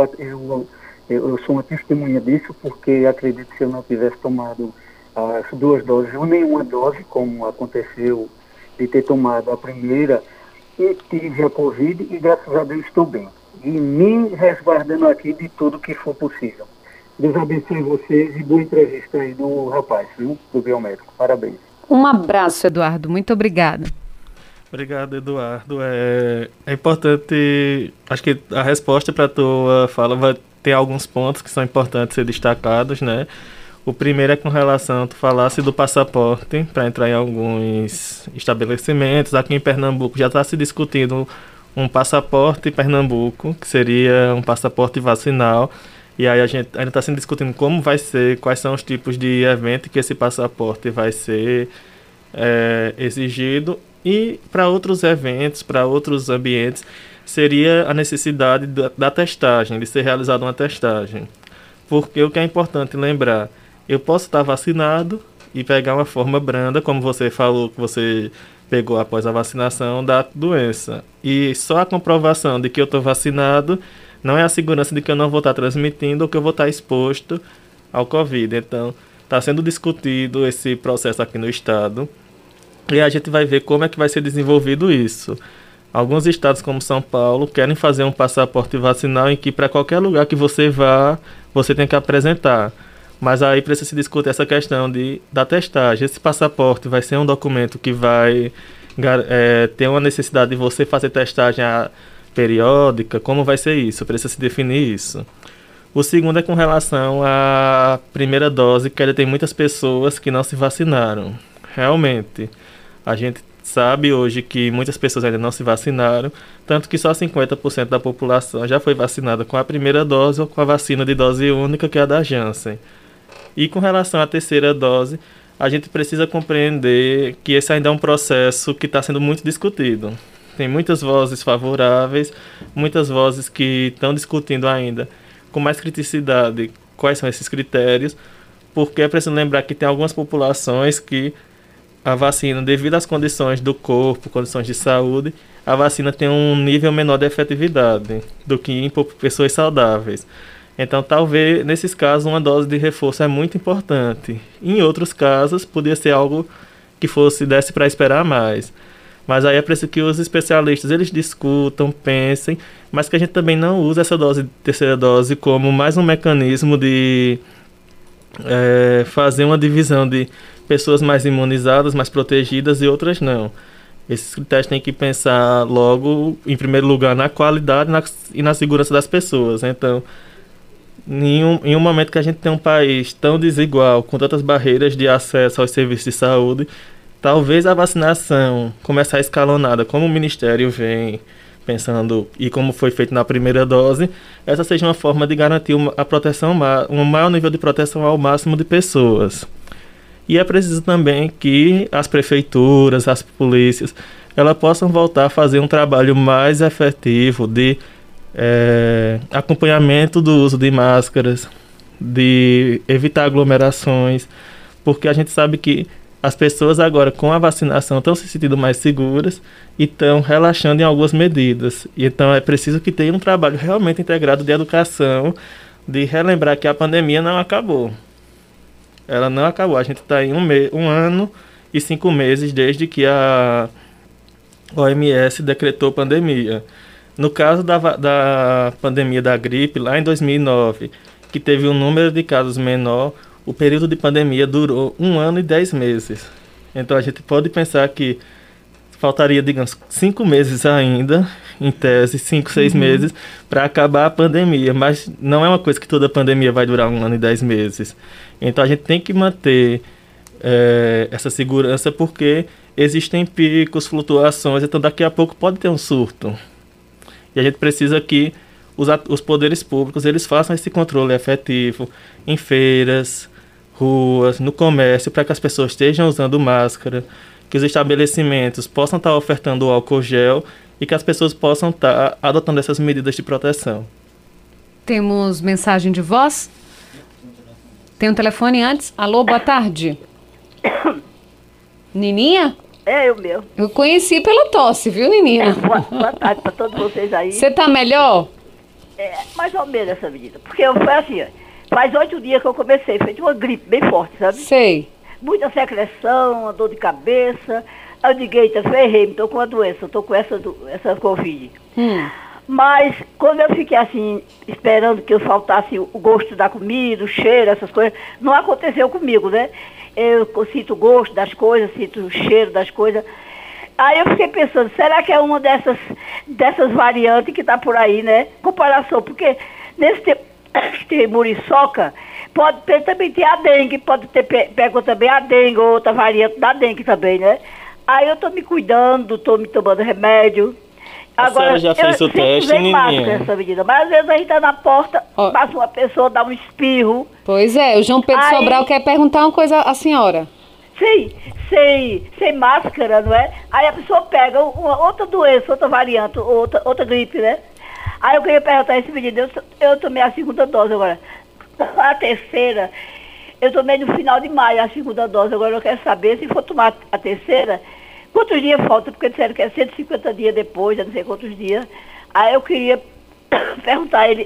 sou uma testemunha disso, porque acredito que se eu não tivesse tomado as 2 doses ou nenhuma dose, como aconteceu de ter tomado a primeira, e tive a Covid e graças a Deus estou bem. E me resguardando aqui de tudo que for possível. Deus abençoe vocês e boa entrevista aí do rapaz, viu? Do biomédico. Parabéns. Um abraço, Eduardo. Muito obrigada. Obrigado, Eduardo. É importante, acho que a resposta para a tua fala vai ter alguns pontos que são importantes ser destacados, né? O primeiro é com relação, tu falasse do passaporte para entrar em alguns estabelecimentos. Aqui em Pernambuco já está se discutindo um passaporte Pernambuco, que seria um passaporte vacinal. E aí a gente ainda está sendo discutindo como vai ser, quais são os tipos de evento que esse passaporte vai ser exigido. E para outros eventos, para outros ambientes, seria a necessidade da testagem, de ser realizada uma testagem. Porque o que é importante lembrar, eu posso estar vacinado e pegar uma forma branda, como você falou que você pegou após a vacinação da doença. E só a comprovação de que eu estou vacinado não é a segurança de que eu não vou estar transmitindo ou que eu vou estar exposto ao Covid. Então, está sendo discutido esse processo aqui no estado e a gente vai ver como é que vai ser desenvolvido isso. Alguns estados, como São Paulo, querem fazer um passaporte vacinal em que para qualquer lugar que você vá, você tem que apresentar. Mas aí precisa se discutir essa questão da testagem. Esse passaporte vai ser um documento que vai ter uma necessidade de você fazer testagem periódica. Como vai ser isso? Precisa se definir isso. O segundo é com relação à primeira dose, que ainda tem muitas pessoas que não se vacinaram. Realmente, a gente sabe hoje que muitas pessoas ainda não se vacinaram, tanto que só 50% da população já foi vacinada com a primeira dose ou com a vacina de dose única, que é a da Janssen. E com relação à terceira dose, a gente precisa compreender que esse ainda é um processo que está sendo muito discutido. Tem muitas vozes favoráveis, muitas vozes que estão discutindo ainda com mais criticidade quais são esses critérios, porque é preciso lembrar que tem algumas populações que a vacina, devido às condições do corpo, condições de saúde, a vacina tem um nível menor de efetividade do que em pessoas saudáveis. Então, talvez, nesses casos, uma dose de reforço é muito importante. Em outros casos, poderia ser algo que desse para esperar mais. Mas aí é preciso que os especialistas, eles discutam, pensem, mas que a gente também não use essa terceira dose como mais um mecanismo de fazer uma divisão de pessoas mais imunizadas, mais protegidas e outras não. Esses critérios têm que pensar logo, em primeiro lugar, na qualidade e na segurança das pessoas. Então, em um momento que a gente tem um país tão desigual, com tantas barreiras de acesso aos serviços de saúde, talvez a vacinação começar escalonada, como o Ministério vem pensando e como foi feito na primeira dose, essa seja uma forma de garantir a proteção, um maior nível de proteção ao máximo de pessoas. E é preciso também que as prefeituras, as polícias, elas possam voltar a fazer um trabalho mais efetivo de acompanhamento do uso de máscaras, de evitar aglomerações, porque a gente sabe que as pessoas agora com a vacinação estão se sentindo mais seguras e estão relaxando em algumas medidas. E então é preciso que tenha um trabalho realmente integrado de educação, de relembrar que a pandemia não acabou. Ela não acabou. A gente está em 1 ano e 5 meses desde que a OMS decretou pandemia. No caso da pandemia da gripe, lá em 2009, que teve um número de casos menor, o período de pandemia durou 1 ano e 10 meses. Então a gente pode pensar que faltaria, digamos, 5 meses ainda, em tese, 5, 6 meses, para acabar a pandemia. Mas não é uma coisa que toda pandemia vai durar 1 ano e 10 meses. Então a gente tem que manter essa segurança, porque existem picos, flutuações, então daqui a pouco pode ter um surto. E a gente precisa que os poderes públicos eles façam esse controle efetivo em feiras, ruas, no comércio, para que as pessoas estejam usando máscara, que os estabelecimentos possam estar ofertando o álcool gel e que as pessoas possam estar adotando essas medidas de proteção. Temos mensagem de voz? Tem um telefone antes? Alô, boa tarde. Nininha? É eu mesmo. Eu conheci pela tosse, viu, Nininha? Boa tarde para todos vocês aí. Você tá melhor? Mais ou menos essa medida. Porque foi assim, faz 8 dias que eu comecei, feito uma gripe bem forte, sabe? Sei. Muita secreção, uma dor de cabeça. Aí eu digo, eita, ferrei-me, tô com a doença, tô com essa Covid. Mas quando eu fiquei assim, esperando que eu faltasse o gosto da comida, o cheiro, essas coisas, não aconteceu comigo, né? Eu sinto o gosto das coisas, sinto o cheiro das coisas. Aí eu fiquei pensando, será que é uma dessas variantes que está por aí, né? Comparação, porque nesse tempo tem muriçoca, também ter a dengue, pode ter pego também a dengue, ou outra variante da dengue também, né? Aí eu estou me cuidando, estou me tomando remédio. Agora, a senhora já fez o teste, Nininha? Essa medida, mas às vezes a gente está na porta, passa uma pessoa, dá um espirro. Pois é, o João Pedro Sobral quer perguntar uma coisa à senhora. Sim, sem máscara, não é? Aí a pessoa pega outra doença, outra variante, outra gripe, né? Aí eu queria perguntar esse menino, eu tomei a 2ª dose agora. A 3ª, eu tomei no final de maio a 2ª dose, agora eu quero saber se for tomar a 3ª, quantos dias falta, porque disseram que é 150 dias depois, eu não sei quantos dias. Aí eu queria perguntar a ele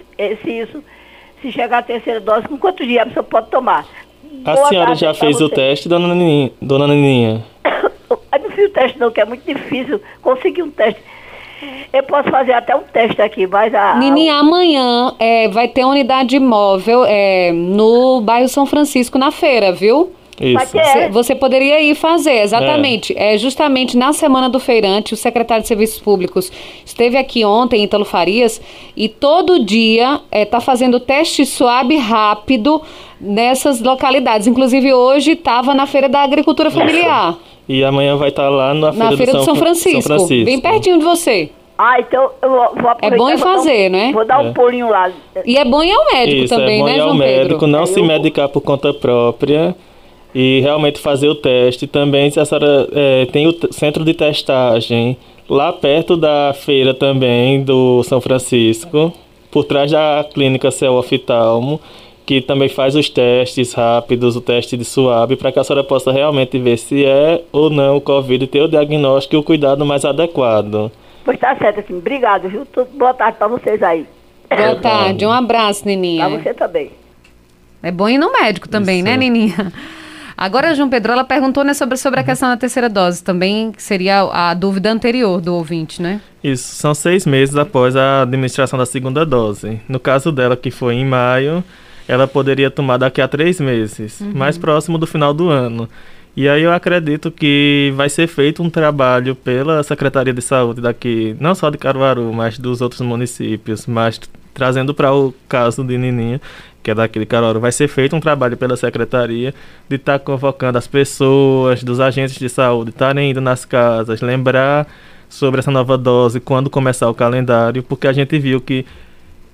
se chegar a 3ª dose, com quantos dias a pessoa pode tomar? A senhora já fez o teste, dona Nininha? Eu não fiz o teste não, que é muito difícil conseguir um teste. Eu posso fazer até um teste aqui, mas Nininha, amanhã vai ter unidade móvel no bairro São Francisco, na feira, viu? Isso. Você poderia ir fazer, exatamente. Justamente na Semana do Feirante, o secretário de Serviços Públicos esteve aqui ontem, Ítalo Farias, e todo dia está fazendo teste SWAB rápido nessas localidades. Inclusive hoje estava na Feira da Agricultura Familiar. E amanhã vai estar lá na Feira do São Francisco, bem pertinho de você. Então eu vou aproveitar. É bom em fazer, não é? Vou dar um pulinho lá. E é bom ir ao médico também, né, João Pedro? É bom ir ao médico, não se medicar por conta própria. E realmente fazer o teste. Também, se a senhora tem o centro de testagem lá perto da feira também do São Francisco, por trás da clínica Céu Oftalmo, que também faz os testes rápidos, o teste de SWAB, para que a senhora possa realmente ver se é ou não o Covid e ter o diagnóstico e o cuidado mais adequado. Pois tá certo, assim. Obrigado, viu? Boa tarde para vocês aí. Boa tarde. Um abraço, Nininha. Para você também. É bom ir no médico também, né, Nininha? Agora, João Pedro, ela perguntou, né, sobre a questão da 3ª dose, também que seria a dúvida anterior do ouvinte, né? Isso, são 6 meses após a administração da 2ª dose. No caso dela, que foi em maio, ela poderia tomar daqui a 3 meses, mais próximo do final do ano. E aí eu acredito que vai ser feito um trabalho pela Secretaria de Saúde daqui, não só de Caruaru, mas dos outros municípios, mas trazendo para o caso de Nininha, que é daqui de Caruaru, vai ser feito um trabalho pela Secretaria de estar convocando as pessoas, dos agentes de saúde, estarem indo nas casas, lembrar sobre essa nova dose, quando começar o calendário, porque a gente viu que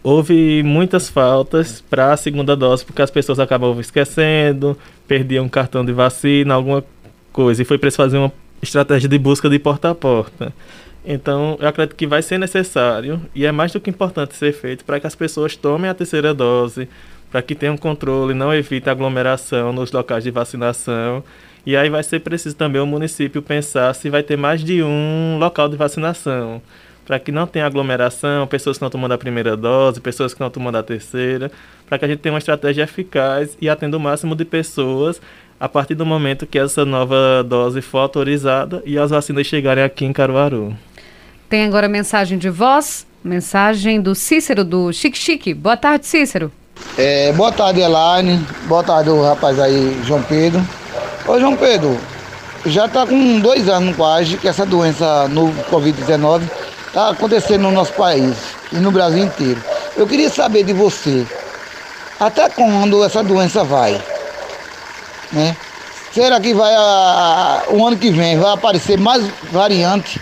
houve muitas faltas para a segunda dose, porque as pessoas acabavam esquecendo, perdiam um cartão de vacina, alguma coisa, e foi preciso fazer uma estratégia de busca de porta a porta. Então, eu acredito que vai ser necessário, e é mais do que importante ser feito, para que as pessoas tomem a terceira dose, para que tenham controle, não evite aglomeração nos locais de vacinação. E aí vai ser preciso também o município pensar se vai ter mais de um local de vacinação, para que não tenha aglomeração, pessoas que não tomando a primeira dose, pessoas que não tomando a terceira, para que a gente tenha uma estratégia eficaz e atenda o máximo de pessoas a partir do momento que essa nova dose for autorizada e as vacinas chegarem aqui em Caruaru. Tem agora mensagem de voz, mensagem do Cícero, do Chique Chique. Boa tarde, Cícero. Boa tarde, Elaine. Boa tarde, o rapaz aí, João Pedro. Ô, João Pedro, já está com 2 anos quase que essa doença no Covid-19 está acontecendo no nosso país e no Brasil inteiro. Eu queria saber de você, até quando essa doença vai? Né? Será que o ano que vem vai aparecer mais variante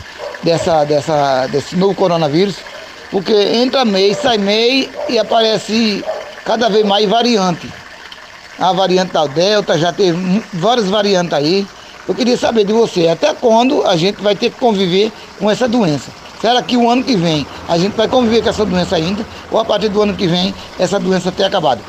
desse novo coronavírus? Porque entra mês, sai mês e aparece cada vez mais variante. A variante da Delta, já teve várias variantes aí. Eu queria saber de você, até quando a gente vai ter que conviver com essa doença? Será que o ano que vem a gente vai conviver com essa doença ainda? Ou a partir do ano que vem essa doença ter acabado?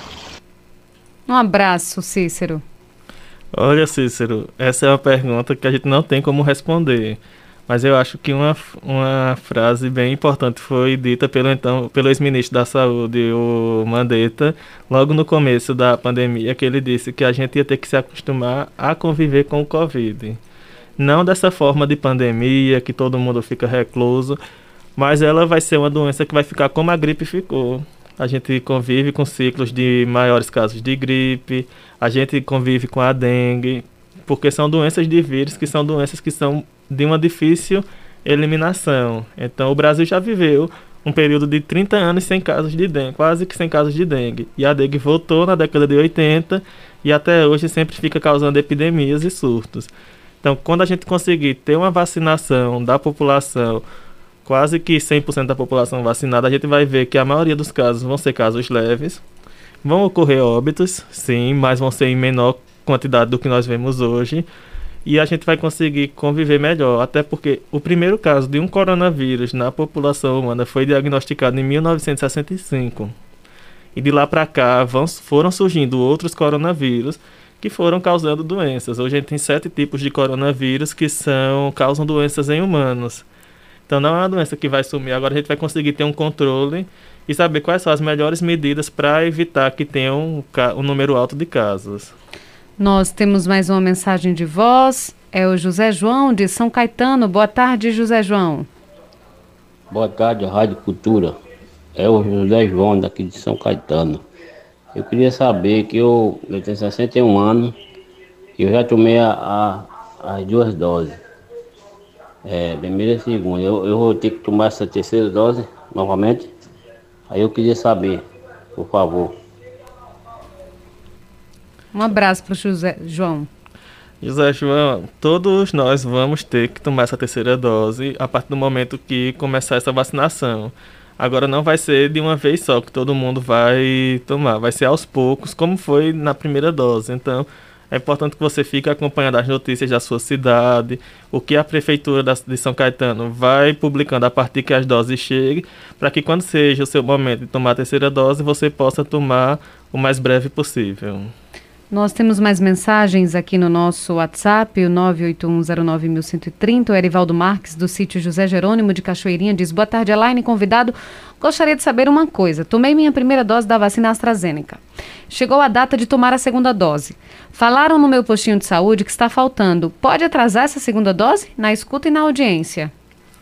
Um abraço, Cícero. Olha, Cícero, essa é uma pergunta que a gente não tem como responder. Mas eu acho que uma frase bem importante foi dita pelo ex-ministro da Saúde, o Mandetta, logo no começo da pandemia, que ele disse que a gente ia ter que se acostumar a conviver com o Covid. Não dessa forma de pandemia, que todo mundo fica recluso, mas ela vai ser uma doença que vai ficar como a gripe ficou. A gente convive com ciclos de maiores casos de gripe, a gente convive com a dengue, porque são doenças de vírus, que são doenças que são de uma difícil eliminação. Então o Brasil já viveu um período de 30 anos sem casos de dengue, quase que sem casos de dengue. E a dengue voltou na década de 80 e até hoje sempre fica causando epidemias e surtos. Então quando a gente conseguir ter uma vacinação da população, quase que 100% da população vacinada, a gente vai ver que a maioria dos casos vão ser casos leves. Vão ocorrer óbitos, sim, mas vão ser em menor quantidade do que nós vemos hoje. E a gente vai conseguir conviver melhor, até porque o primeiro caso de um coronavírus na população humana foi diagnosticado em 1965. E de lá para cá foram surgindo outros coronavírus que foram causando doenças. Hoje a gente tem 7 tipos de coronavírus que causam doenças em humanos. Então não é uma doença que vai sumir, agora a gente vai conseguir ter um controle e saber quais são as melhores medidas para evitar que tenha um número alto de casos. Nós temos mais uma mensagem de voz, é o José João de São Caetano. Boa tarde, José João. Boa tarde, Rádio Cultura. É o José João daqui de São Caetano. Eu queria saber que eu tenho 61 anos e eu já tomei as 2 doses. Primeira e segunda. Eu vou ter que tomar essa terceira dose novamente. Aí eu queria saber, por favor. Um abraço para o José João. José João, todos nós vamos ter que tomar essa terceira dose a partir do momento que começar essa vacinação. Agora não vai ser de uma vez só que todo mundo vai tomar, vai ser aos poucos, como foi na primeira dose. Então, é importante que você fique acompanhando as notícias da sua cidade, o que a Prefeitura de São Caetano vai publicando a partir que as doses cheguem, para que quando seja o seu momento de tomar a terceira dose, você possa tomar o mais breve possível. Nós temos mais mensagens aqui no nosso WhatsApp, o 981091130. O Erivaldo Marques, do sítio José Jerônimo de Cachoeirinha, diz: boa tarde, Elaine, convidado. Gostaria de saber uma coisa. Tomei minha primeira dose da vacina AstraZeneca. Chegou a data de tomar a segunda dose. Falaram no meu postinho de saúde que está faltando. Pode atrasar essa segunda dose? Na escuta e na audiência.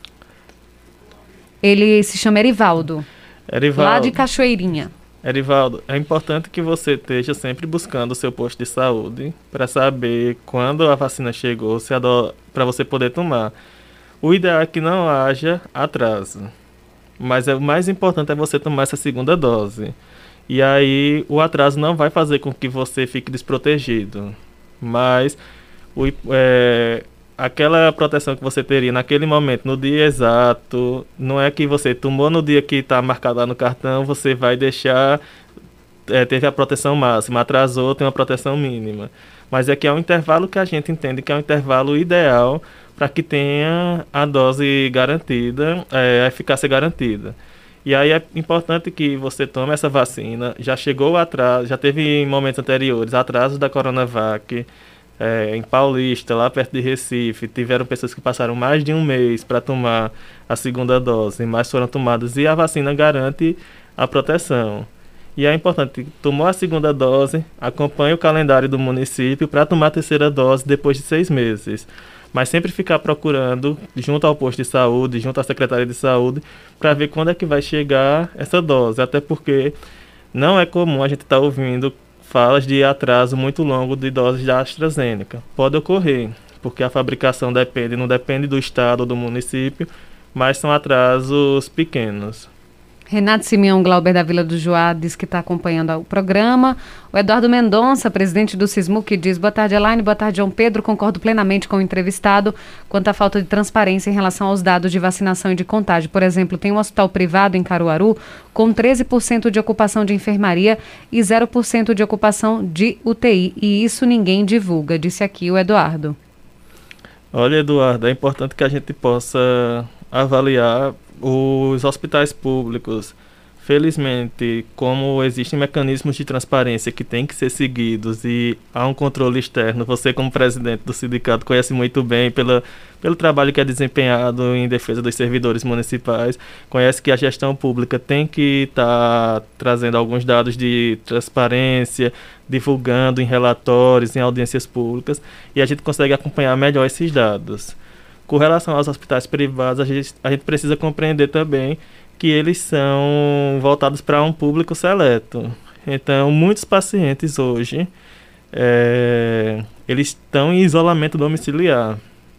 Ele se chama Erivaldo. Lá de Cachoeirinha. Erivaldo, é importante que você esteja sempre buscando o seu posto de saúde para saber quando a vacina chegou, para você poder tomar. O ideal é que não haja atraso, mas o mais importante é você tomar essa segunda dose. E aí o atraso não vai fazer com que você fique desprotegido, mas aquela proteção que você teria naquele momento, no dia exato, não é que você tomou no dia que está marcado lá no cartão, você vai deixar, teve a proteção máxima, atrasou, tem uma proteção mínima. Mas é que é um intervalo que a gente entende que é um intervalo ideal para que tenha a dose garantida, a eficácia garantida. E aí é importante que você tome essa vacina. Já chegou o atraso, já teve em momentos anteriores atrasos da Coronavac, em Paulista, lá perto de Recife, tiveram pessoas que passaram mais de um mês para tomar a segunda dose, mas foram tomadas e a vacina garante a proteção. E é importante, tomou a segunda dose, acompanhe o calendário do município para tomar a terceira dose depois de 6 meses. Mas sempre ficar procurando, junto ao posto de saúde, junto à Secretaria de Saúde, para ver quando é que vai chegar essa dose. Até porque não é comum a gente estar ouvindo falas de atraso muito longo de doses da AstraZeneca. Pode ocorrer, porque a fabricação não depende do estado ou do município, mas são atrasos pequenos. Renato Simeão Glauber da Vila do Joá diz que está acompanhando o programa. O Eduardo Mendonça, presidente do SISMUC, diz: boa tarde, Elaine, boa tarde, João Pedro. Concordo plenamente com o entrevistado quanto à falta de transparência em relação aos dados de vacinação e de contágio. Por exemplo, tem um hospital privado em Caruaru com 13% de ocupação de enfermaria e 0% de ocupação de UTI. E isso ninguém divulga, disse aqui o Eduardo. Olha, Eduardo, é importante que a gente possa avaliar os hospitais públicos. Felizmente, como existem mecanismos de transparência que têm que ser seguidos e há um controle externo, você como presidente do sindicato conhece muito bem pelo trabalho que é desempenhado em defesa dos servidores municipais, conhece que a gestão pública tem que estar trazendo alguns dados de transparência, divulgando em relatórios, em audiências públicas, e a gente consegue acompanhar melhor esses dados. Com relação aos hospitais privados, a gente precisa compreender também que eles são voltados para um público seleto. Então, muitos pacientes hoje, eles estão em isolamento domiciliar.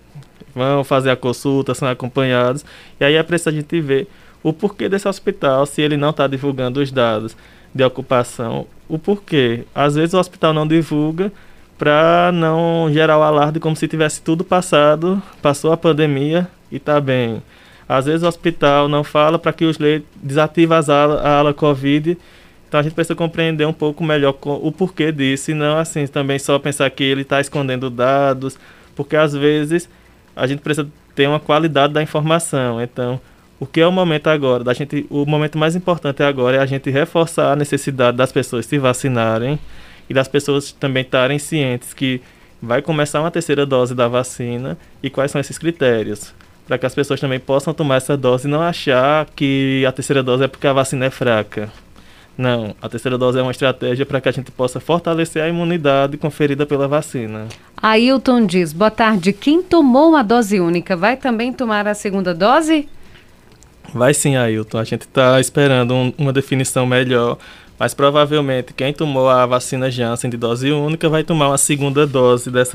Vão fazer a consulta, são acompanhados. E aí é preciso a gente ver o porquê desse hospital, se ele não está divulgando os dados de ocupação. O porquê. Às vezes o hospital não divulga para não gerar o alarde como se tivesse tudo passado, passou a pandemia e está bem. Às vezes o hospital não fala para que os leitos desativem a ala Covid. Então a gente precisa compreender um pouco melhor o porquê disso e não assim também só pensar que ele está escondendo dados, porque às vezes a gente precisa ter uma qualidade da informação. Então, o que é o momento agora? O momento mais importante agora é a gente reforçar a necessidade das pessoas se vacinarem e das pessoas também estarem cientes que vai começar uma terceira dose da vacina e quais são esses critérios, para que as pessoas também possam tomar essa dose e não achar que a terceira dose é porque a vacina é fraca. Não, a terceira dose é uma estratégia para que a gente possa fortalecer a imunidade conferida pela vacina. Ailton diz: boa tarde, quem tomou uma dose única vai também tomar a segunda dose? Vai sim, Ailton, a gente está esperando uma definição melhor, mas provavelmente quem tomou a vacina Janssen de dose única vai tomar uma segunda dose dessa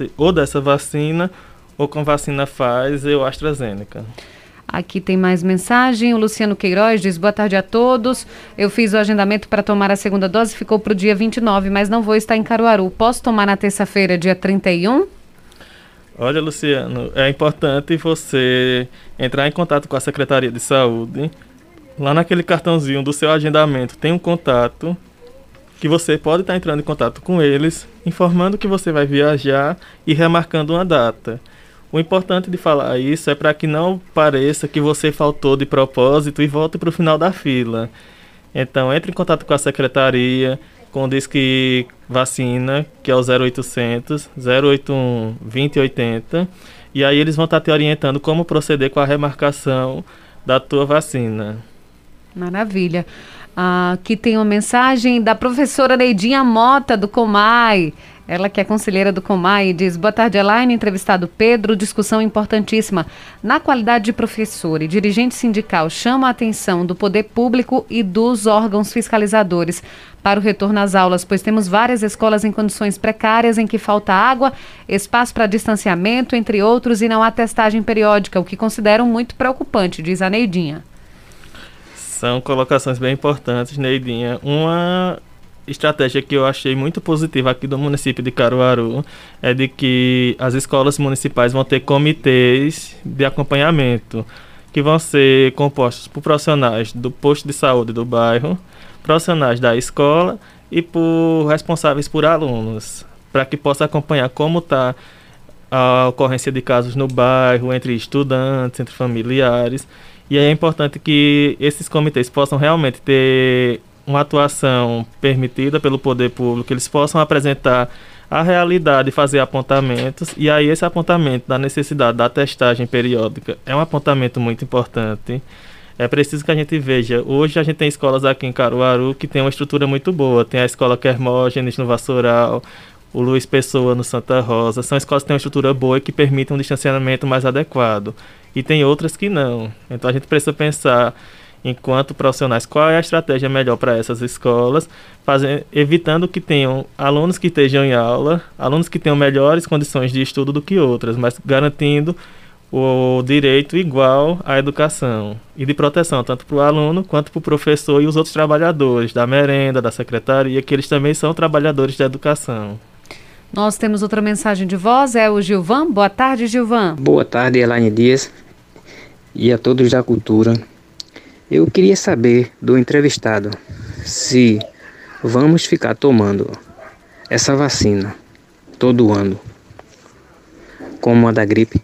vacina ou com vacina Pfizer ou AstraZeneca. Aqui tem mais mensagem. O Luciano Queiroz diz: boa tarde a todos. Eu fiz o agendamento para tomar a segunda dose, ficou para o dia 29, mas não vou estar em Caruaru. Posso tomar na terça-feira, dia 31? Olha, Luciano, é importante você entrar em contato com a Secretaria de Saúde. Lá naquele cartãozinho do seu agendamento tem um contato que você pode estar entrando em contato com eles, informando que você vai viajar e remarcando uma data. O importante de falar isso é para que não pareça que você faltou de propósito e volte para o final da fila. Então, entre em contato com a secretaria, com o Disque Vacina, que é o 0800 081 2080, e aí eles vão estar te orientando como proceder com a remarcação da tua vacina. Maravilha. Aqui tem uma mensagem da professora Neidinha Mota, do Comai. Ela que é conselheira do Comai, diz: boa tarde, Elaine, entrevistado Pedro, discussão importantíssima. Na qualidade de professor e dirigente sindical, chama a atenção do poder público e dos órgãos fiscalizadores para o retorno às aulas, pois temos várias escolas em condições precárias em que falta água, espaço para distanciamento, entre outros, e não há testagem periódica, o que consideram muito preocupante, diz a Neidinha. São colocações bem importantes, Neidinha. estratégia que eu achei muito positiva aqui do município de Caruaru é de que as escolas municipais vão ter comitês de acompanhamento, que vão ser compostos por profissionais do posto de saúde do bairro, profissionais da escola e por responsáveis por alunos, para que possa acompanhar como está a ocorrência de casos no bairro, entre estudantes, entre familiares. E aí é importante que esses comitês possam realmente ter uma atuação permitida pelo poder público, eles possam apresentar a realidade e fazer apontamentos, e aí esse apontamento da necessidade da testagem periódica é um apontamento muito importante. É preciso que a gente veja, hoje a gente tem escolas aqui em Caruaru que tem uma estrutura muito boa, tem a escola Hermógenes no Vassoural, o Luiz Pessoa no Santa Rosa, são escolas que têm uma estrutura boa e que permitem um distanciamento mais adequado, e tem outras que não. Então a gente precisa pensar, enquanto profissionais, qual é a estratégia melhor para essas escolas, evitando que tenham alunos que estejam em aula, alunos que tenham melhores condições de estudo do que outras, mas garantindo o direito igual à educação e de proteção, tanto para o aluno quanto para o professor e os outros trabalhadores da merenda, da secretaria, que eles também são trabalhadores da educação. Nós temos outra mensagem de voz, é o Gilvan. Boa tarde, Gilvan. Boa tarde, Elaine Dias e a todos da cultura. Eu queria saber do entrevistado se vamos ficar tomando essa vacina todo ano, como a da gripe.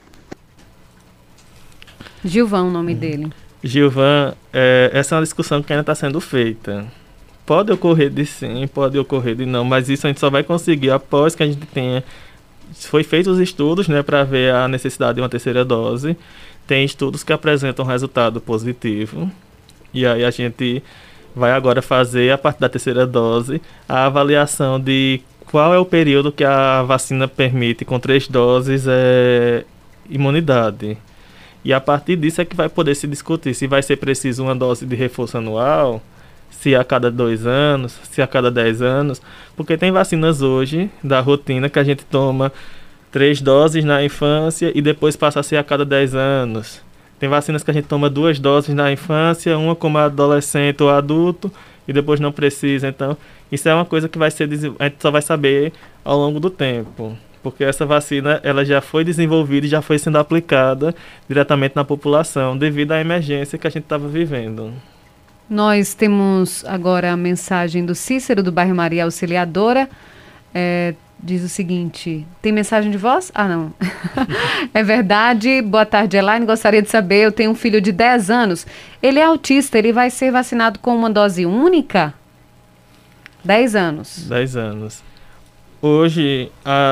Gilvan, o nome dele. Gilvan, essa é uma discussão que ainda está sendo feita. Pode ocorrer de sim, pode ocorrer de não, mas isso a gente só vai conseguir após que a gente tenha... Foi feito os estudos, né, para ver a necessidade de uma terceira dose. Tem estudos que apresentam resultado positivo. E aí a gente vai agora fazer, a partir da terceira dose, a avaliação de qual é o período que a vacina permite, com 3 doses, imunidade. E a partir disso é que vai poder se discutir se vai ser preciso uma dose de reforço anual, se a cada 2 anos, se a cada 10 anos. Porque tem vacinas hoje, da rotina, que a gente toma 3 doses na infância e depois passa a ser a cada 10 anos. Tem vacinas que a gente toma 2 doses na infância, uma como adolescente ou adulto, e depois não precisa. Então, isso é uma coisa que a gente só vai saber ao longo do tempo. Porque essa vacina ela já foi desenvolvida e já foi sendo aplicada diretamente na população, devido à emergência que a gente estava vivendo. Nós temos agora a mensagem do Cícero, do bairro Maria Auxiliadora. Diz o seguinte, tem mensagem de voz? Ah, não. É verdade. Boa tarde, Elaine. Gostaria de saber, eu tenho um filho de 10 anos. Ele é autista, ele vai ser vacinado com uma dose única? 10 anos. 10 anos. Hoje,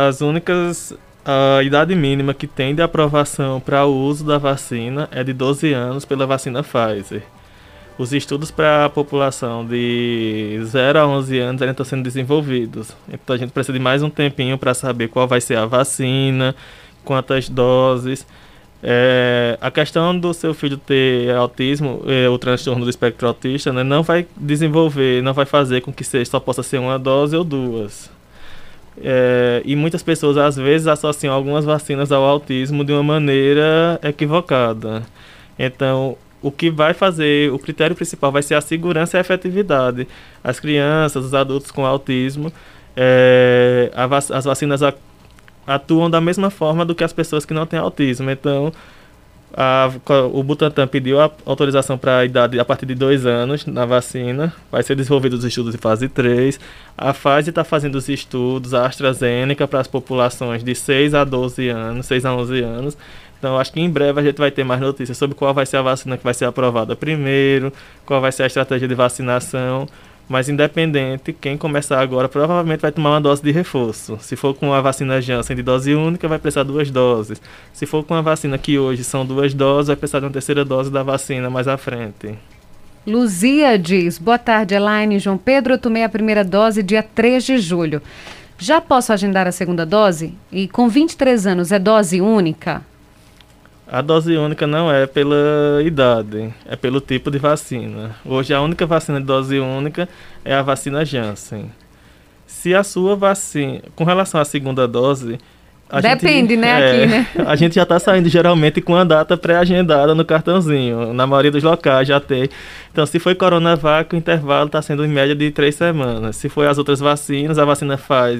a idade mínima que tem de aprovação para o uso da vacina é de 12 anos pela vacina Pfizer. Os estudos para a população de 0 a 11 anos ainda estão sendo desenvolvidos. Então a gente precisa de mais um tempinho para saber qual vai ser a vacina, quantas doses. A questão do seu filho ter autismo, o transtorno do espectro autista, né, não vai desenvolver, não vai fazer com que só possa ser uma dose ou 2. E muitas pessoas às vezes associam algumas vacinas ao autismo de uma maneira equivocada. Então, o que vai fazer, o critério principal vai ser a segurança e a efetividade. As crianças, os adultos com autismo, as vacinas atuam da mesma forma do que as pessoas que não têm autismo. Então, o Butantan pediu a autorização para a idade a partir de 2 anos na vacina. Vai ser desenvolvido os estudos de fase 3. A Pfizer está fazendo os estudos, a AstraZeneca, para as populações de 6 a 12 anos, 6 a 11 anos. Então, acho que em breve a gente vai ter mais notícias sobre qual vai ser a vacina que vai ser aprovada primeiro, qual vai ser a estratégia de vacinação. Mas, independente, quem começar agora provavelmente vai tomar uma dose de reforço. Se for com a vacina Janssen de dose única, vai precisar 2 doses. Se for com a vacina que hoje são 2 doses, vai precisar de uma terceira dose da vacina mais à frente. Luzia diz, boa tarde, Elaine. João Pedro, eu tomei a primeira dose dia 3 de julho. Já posso agendar a segunda dose? E com 23 anos, é dose única? A dose única não é pela idade, é pelo tipo de vacina. Hoje a única vacina de dose única é a vacina Janssen. Se a sua vacina, com relação à segunda dose, Depende, né, aqui, né? A gente já está saindo geralmente com a data pré-agendada no cartãozinho. Na maioria dos locais já tem. Então, se foi Coronavac, o intervalo está sendo em média de 3 semanas. Se for as outras vacinas, a vacina faz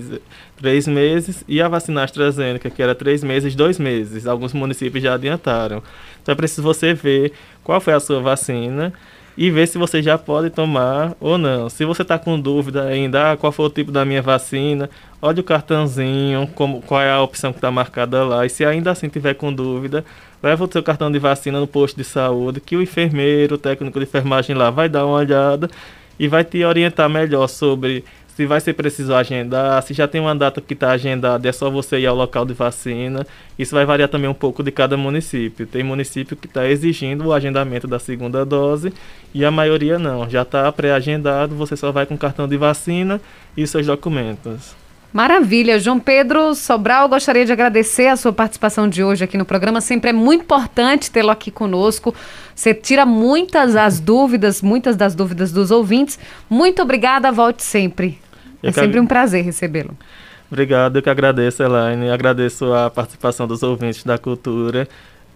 3 meses e a vacina AstraZeneca, que era 3 meses, 2 meses. Alguns municípios já adiantaram. Então, é preciso você ver qual foi a sua vacina e ver se você já pode tomar ou não. Se você está com dúvida ainda, qual foi o tipo da minha vacina, olhe o cartãozinho, qual é a opção que está marcada lá. E se ainda assim tiver com dúvida, leva o seu cartão de vacina no posto de saúde, que o enfermeiro, o técnico de enfermagem lá vai dar uma olhada e vai te orientar melhor sobre se vai ser preciso agendar, se já tem uma data que está agendada, é só você ir ao local de vacina. Isso vai variar também um pouco de cada município. Tem município que está exigindo o agendamento da segunda dose e a maioria não. Já está pré-agendado, você só vai com cartão de vacina e seus documentos. Maravilha. João Pedro Sobral, gostaria de agradecer a sua participação de hoje aqui no programa. Sempre é muito importante tê-lo aqui conosco. Você tira muitas das dúvidas dos ouvintes. Muito obrigada, volte sempre. É sempre um prazer recebê-lo. Obrigado, eu que agradeço, Elaine. Agradeço a participação dos ouvintes da cultura.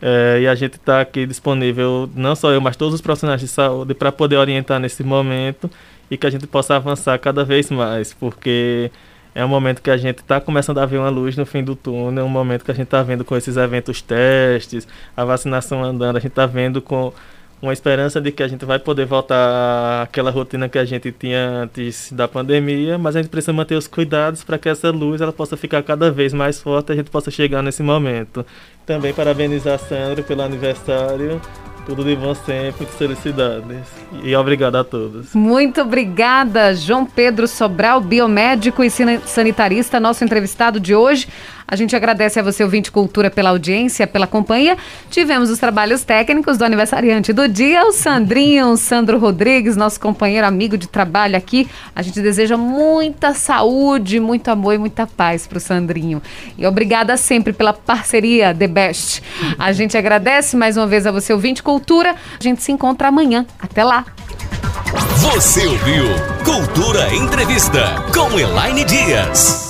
E a gente está aqui disponível, não só eu, mas todos os profissionais de saúde, para poder orientar nesse momento e que a gente possa avançar cada vez mais, porque é um momento que a gente está começando a ver uma luz no fim do túnel, é um momento que a gente está vendo com esses eventos testes, a vacinação andando, a gente está vendo com uma esperança de que a gente vai poder voltar àquela rotina que a gente tinha antes da pandemia, mas a gente precisa manter os cuidados para que essa luz ela possa ficar cada vez mais forte e a gente possa chegar nesse momento. Também parabenizar a Sandra pelo aniversário. Tudo de bom sempre, felicidades. E obrigado a todos. Muito obrigada, João Pedro Sobral, biomédico e sanitarista, nosso entrevistado de hoje. A gente agradece a você, ouvinte Cultura, pela audiência, pela companhia. Tivemos os trabalhos técnicos do aniversariante do dia, o Sandrinho, o Sandro Rodrigues, nosso companheiro, amigo de trabalho aqui. A gente deseja muita saúde, muito amor e muita paz para o Sandrinho. E obrigada sempre pela parceria, The Best. A gente agradece mais uma vez a você, ouvinte Cultura. A gente se encontra amanhã. Até lá. Você ouviu Cultura Entrevista com Elaine Dias.